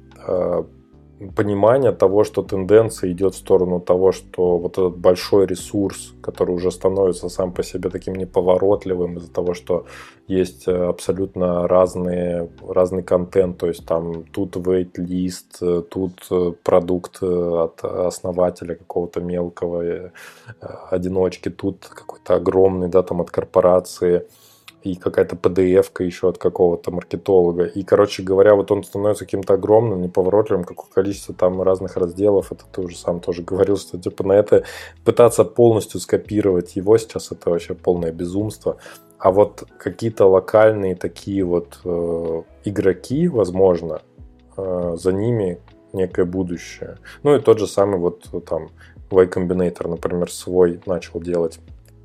понимание того, что тенденция идет в сторону того, что вот этот большой ресурс, который уже становится сам по себе таким неповоротливым из-за того, что есть абсолютно разные, разный контент, то есть там тут wait-лист, тут продукт от основателя какого-то мелкого одиночки, тут какой-то огромный, да, там от корпорации, и какая-то пи ди эф-ка еще от какого-то маркетолога. И, короче говоря, вот он становится каким-то огромным, неповоротливым, какое количество там разных разделов. Это ты уже сам тоже говорил, что типа на это пытаться полностью скопировать его сейчас, это вообще полное безумство. А вот какие-то локальные такие вот э, игроки, возможно, э, за ними некое будущее. Ну и тот же самый вот там Y Combinator, например, свой начал делать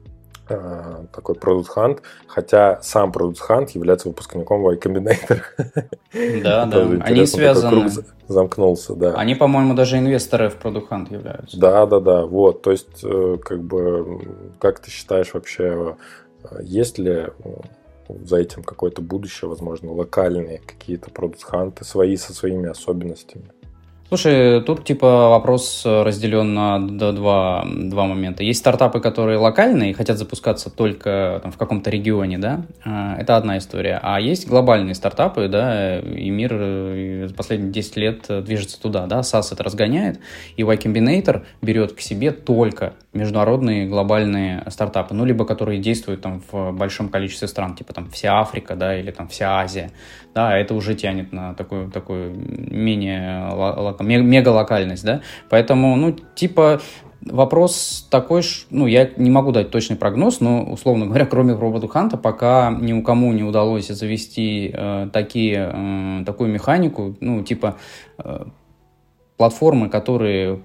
такой Product Hunt, хотя сам Product Hunt является выпускником Y Combinator. Да, да, они связаны. Круг замкнулся, да. Они, по-моему, даже инвесторы в Product Hunt являются. Да, да, да, вот, то есть, как бы, как ты считаешь вообще, есть ли за этим какое-то будущее, возможно, локальные какие-то Product Hunt свои со своими особенностями? Слушай, тут типа вопрос разделен на два, два момента. Есть стартапы, которые локальные и хотят запускаться только там, в каком-то регионе, да, это одна история. А есть глобальные стартапы, да, и мир за последние десять лет движется туда, да, SaaS это разгоняет, и Y Combinator берет к себе только международные глобальные стартапы, ну, либо которые действуют там в большом количестве стран, типа там вся Африка, да, или там вся Азия, да, это уже тянет на такую, такую менее мегалокальность, да, поэтому, ну, типа, Вопрос такой, ну, я не могу дать точный прогноз, но, условно говоря, кроме Product Hunt, пока никому не удалось завести э, такие, э, такую механику, ну, типа э, платформы, которые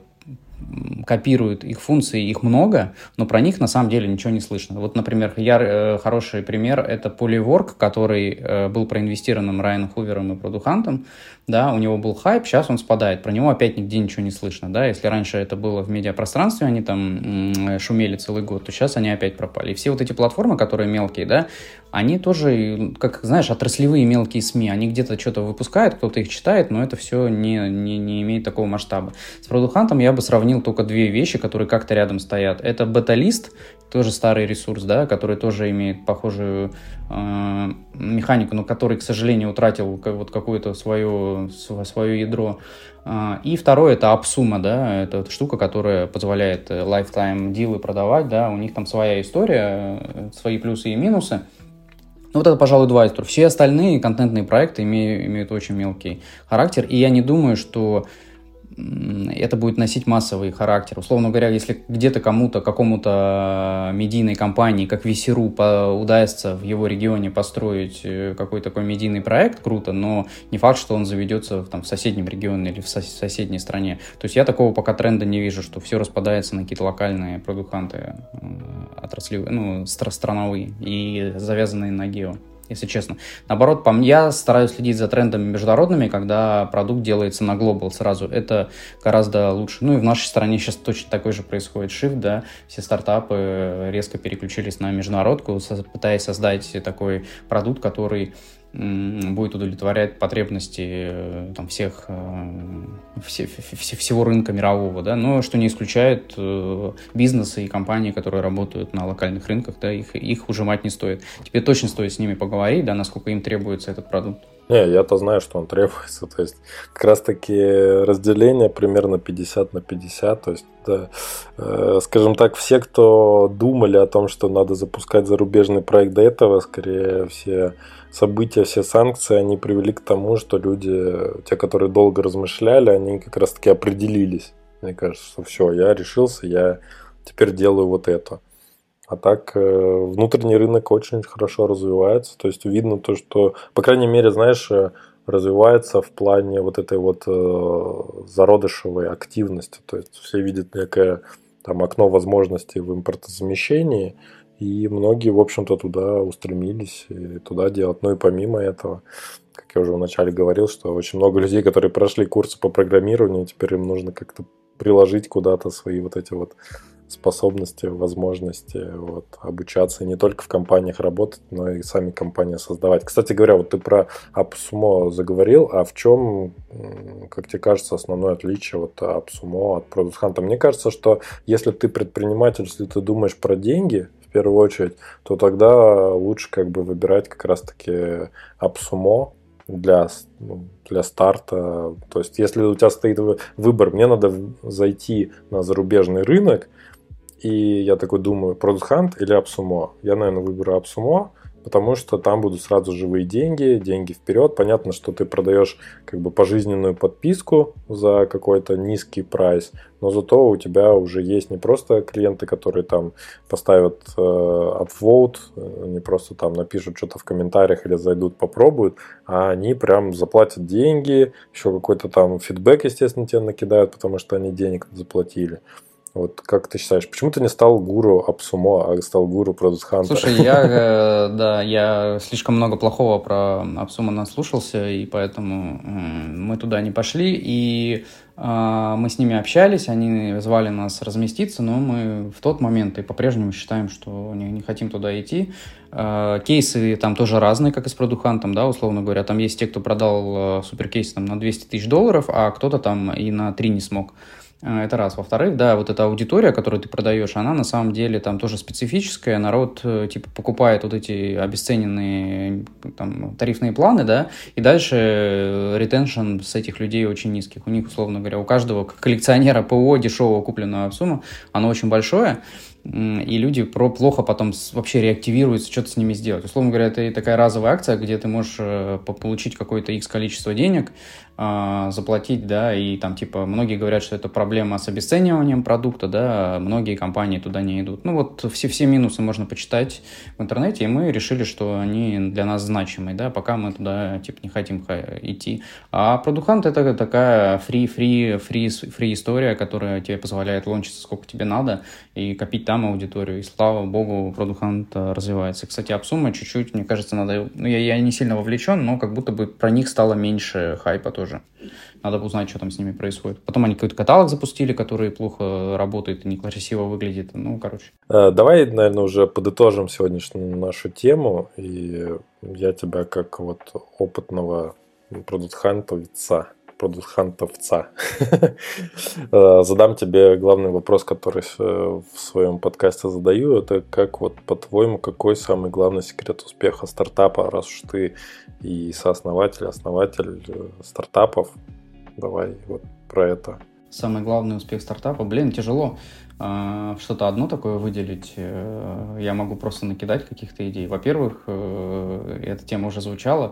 копируют их функции, их много, но про них на самом деле ничего не слышно. Вот, например, яр, э, хороший пример — это Polywork, который э, был проинвестированным Райаном Хувером и Product Hunt'ом. Да, у него был хайп, сейчас он спадает, про него опять нигде ничего не слышно, да, если раньше это было в медиапространстве, они там м- шумели целый год, то сейчас они опять пропали. И все вот эти платформы, которые мелкие, да, они тоже, как, знаешь, отраслевые мелкие СМИ, они где-то что-то выпускают, кто-то их читает, но это все не, не, не имеет такого масштаба. С Product Hunt'ом я бы сравнил только две вещи, которые как-то рядом стоят. Это Бета-лист, тоже старый ресурс, да, который тоже имеет похожую э, механику, но который, к сожалению, утратил вот какое-то свое, свое ядро. Э, и второе — это AppSumo, да, это штука, которая позволяет lifetime дилы продавать, да, у них там своя история, свои плюсы и минусы. Ну, вот это, пожалуй, два из трех. Все остальные контентные проекты имеют, имеют очень мелкий характер, и я не думаю, что это будет носить массовый характер. Условно говоря, если где-то кому-то, какому-то медийной компании, как Весеру, удастся в его регионе построить какой-то такой медийный проект, круто, но не факт, что он заведется там, в соседнем регионе или в соседней стране. То есть я такого пока тренда не вижу, что все распадается на какие-то локальные продуканты отраслевые, ну, страновые и завязанные на гео, если честно. Наоборот, по мне, я стараюсь следить за трендами международными, когда продукт делается на глобал сразу. Это гораздо лучше. Ну и в нашей стране сейчас точно такой же происходит shift, да. Все стартапы резко переключились на международку, пытаясь создать такой продукт, который будет удовлетворять потребности там, всех, все, все, всего рынка мирового, да, но что не исключает бизнесы и компании, которые работают на локальных рынках, да, их, их ужимать не стоит. Тебе точно стоит с ними поговорить, да, насколько им требуется этот продукт. Не, я-то знаю, что он требуется, то есть как раз-таки разделение примерно пятьдесят на пятьдесят, то есть, да, э, скажем так, все, кто думали о том, что надо запускать зарубежный проект до этого, скорее все события, все санкции, они привели к тому, что люди, те, которые долго размышляли, они как раз-таки определились. Мне кажется, что все, я решился, я теперь делаю вот это. А так внутренний рынок очень хорошо развивается. То есть видно то, что, по крайней мере, знаешь, развивается в плане вот этой вот зародышевой активности. То есть все видят некое там окно возможностей в импортозамещении, и многие, в общем-то, туда устремились и туда делать. Ну и помимо этого, как я уже вначале говорил, что очень много людей, которые прошли курсы по программированию, теперь им нужно как-то приложить куда-то свои вот эти вот способности, возможности вот, обучаться и не только в компаниях работать, но и сами компании создавать. Кстати говоря, вот ты про AppSumo заговорил, а в чем, как тебе кажется, основное отличие вот AppSumo от Product Hunt? Мне кажется, что если ты предприниматель, если ты думаешь про деньги, в первую очередь, то тогда лучше как бы выбирать как раз-таки AppSumo для, для старта. То есть, если у тебя стоит выбор, мне надо зайти на зарубежный рынок, и я такой думаю, Product Hunt или AppSumo? Я, наверное, выберу AppSumo, потому что там будут сразу живые деньги, деньги вперед. Понятно, что ты продаешь как бы пожизненную подписку за какой-то низкий прайс, но зато у тебя уже есть не просто клиенты, которые там поставят э, upvote, не просто там напишут что-то в комментариях или зайдут попробуют, а они прям заплатят деньги, еще какой-то там фидбэк, естественно, тебе накидают, потому что они денег заплатили. Вот как ты считаешь, почему ты не стал гуру AppSumo, а стал гуру Product Hunt? Слушай, я, да, я слишком много плохого про AppSumo наслушался, и поэтому мы туда не пошли, и мы с ними общались, они звали нас разместиться, но мы в тот момент и по-прежнему считаем, что не, не хотим туда идти. Кейсы там тоже разные, как и с Product Hunt, да, условно говоря. Там есть те, кто продал суперкейс там, на двести тысяч долларов, а кто-то там и на три не смог. Это раз. Во-вторых, да, вот эта аудитория, которую ты продаешь, она на самом деле там тоже специфическая. Народ типа покупает вот эти обесцененные там, тарифные планы, да, и дальше ретеншн с этих людей очень низких. У них, условно говоря, у каждого коллекционера ПО дешевого, купленного AppSumo, оно очень большое. и люди про плохо потом вообще реактивируют, что-то с ними сделать. Условно говоря, это такая разовая акция, где ты можешь получить какое-то X количество денег, заплатить, да, и там, типа, многие говорят, что это проблема с обесцениванием продукта, да, многие компании туда не идут. Ну, вот все, все минусы можно почитать в интернете, и мы решили, что они для нас значимые, да, пока мы туда, типа, не хотим идти. А Product Hunt — это такая free-free, free-free история, которая тебе позволяет лончиться сколько тебе надо и копить там аудиторию, и, слава богу, Product Hunt развивается. Кстати, AppSumo чуть-чуть, мне кажется, надо... Ну, я, я не сильно вовлечен, но как будто бы про них стало меньше хайпа тоже. Надо бы узнать, что там с ними происходит. Потом они какой-то каталог запустили, который плохо работает и некрасиво выглядит. Ну, короче. Давай, наверное, уже подытожим сегодняшнюю нашу тему. И я тебя как вот опытного продукт-хантовца, продукт-хантовца задам тебе главный вопрос, который в своем подкасте задаю. Это как вот, по-твоему, какой самый главный секрет успеха стартапа, раз уж ты и сооснователь, основатель стартапов? Давай вот про это. Самый главный успех стартапа? Блин, тяжело что-то одно такое выделить. Я могу просто накидать каких-то идей. Во-первых, эта тема уже звучала.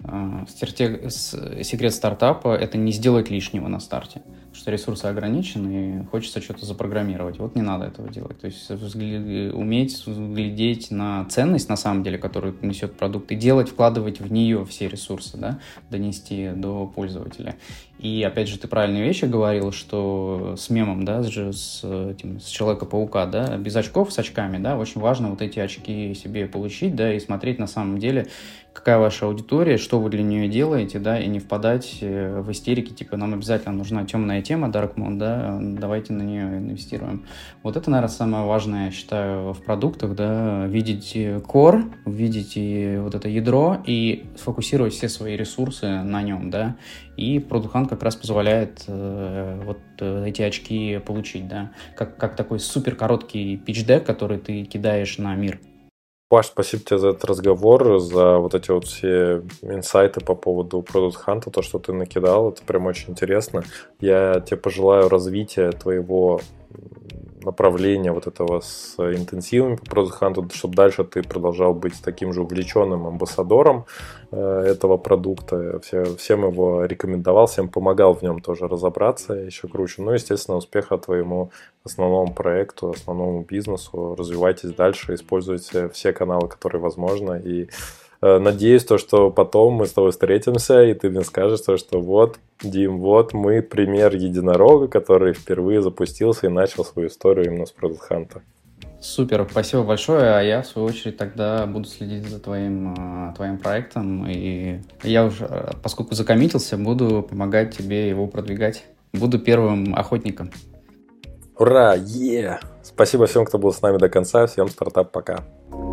Секрет стартапа — это не сделать лишнего на старте. Потому что ресурсы ограничены, и хочется что-то запрограммировать. Вот не надо этого делать. То есть взгляд... уметь глядеть на ценность, на самом деле, которую несет продукт, и делать, вкладывать в нее все ресурсы, да, донести до пользователя. И, опять же, ты правильные вещи говорил, что с мемом, да, с, этим, с Человека-паука, да, без очков, с очками, да, очень важно вот эти очки себе получить, да, и смотреть на самом деле, какая ваша аудитория, что вы для нее делаете, да, и не впадать в истерики, типа, нам обязательно нужна темная тема, Dark Mode, да, давайте на нее инвестируем. Вот это, наверное, самое важное, я считаю, в продуктах, да, видеть core, видеть вот это ядро и сфокусировать все свои ресурсы на нем, да, и Product Hunt как раз позволяет э, вот э, эти очки получить, да, как, как такой супер короткий питч-дек, который ты кидаешь на мир. Паш, спасибо тебе за этот разговор, за вот эти вот все инсайты по поводу Product Hunt, то, что ты накидал, это прям очень интересно. Я тебе пожелаю развития твоего направления вот этого с интенсивами по Product Hunt, чтобы дальше ты продолжал быть таким же увлеченным амбассадором э, этого продукта. Все, всем его рекомендовал, всем помогал в нем тоже разобраться еще круче. Ну, естественно, успеха твоему основному проекту, основному бизнесу. Развивайтесь дальше, используйте все каналы, которые возможно. И э, надеюсь, то, что потом мы с тобой встретимся, и ты мне скажешь, то, что вот, Дим, вот мы пример единорога, который впервые запустился и начал свою историю именно с Product Hunt. Супер, спасибо большое, а я в свою очередь тогда буду следить за твоим, твоим проектом, и я уже, поскольку закоммитился, буду помогать тебе его продвигать. Буду первым охотником. Ура, е! Yeah! Спасибо всем, кто был с нами до конца, всем стартап, пока.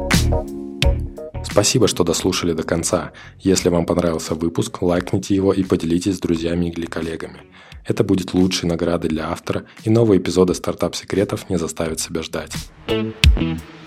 Спасибо, что дослушали до конца. Если вам понравился выпуск, лайкните его и поделитесь с друзьями или коллегами. Это будет лучшей наградой для автора, и новые эпизоды стартап-секретов не заставят себя ждать.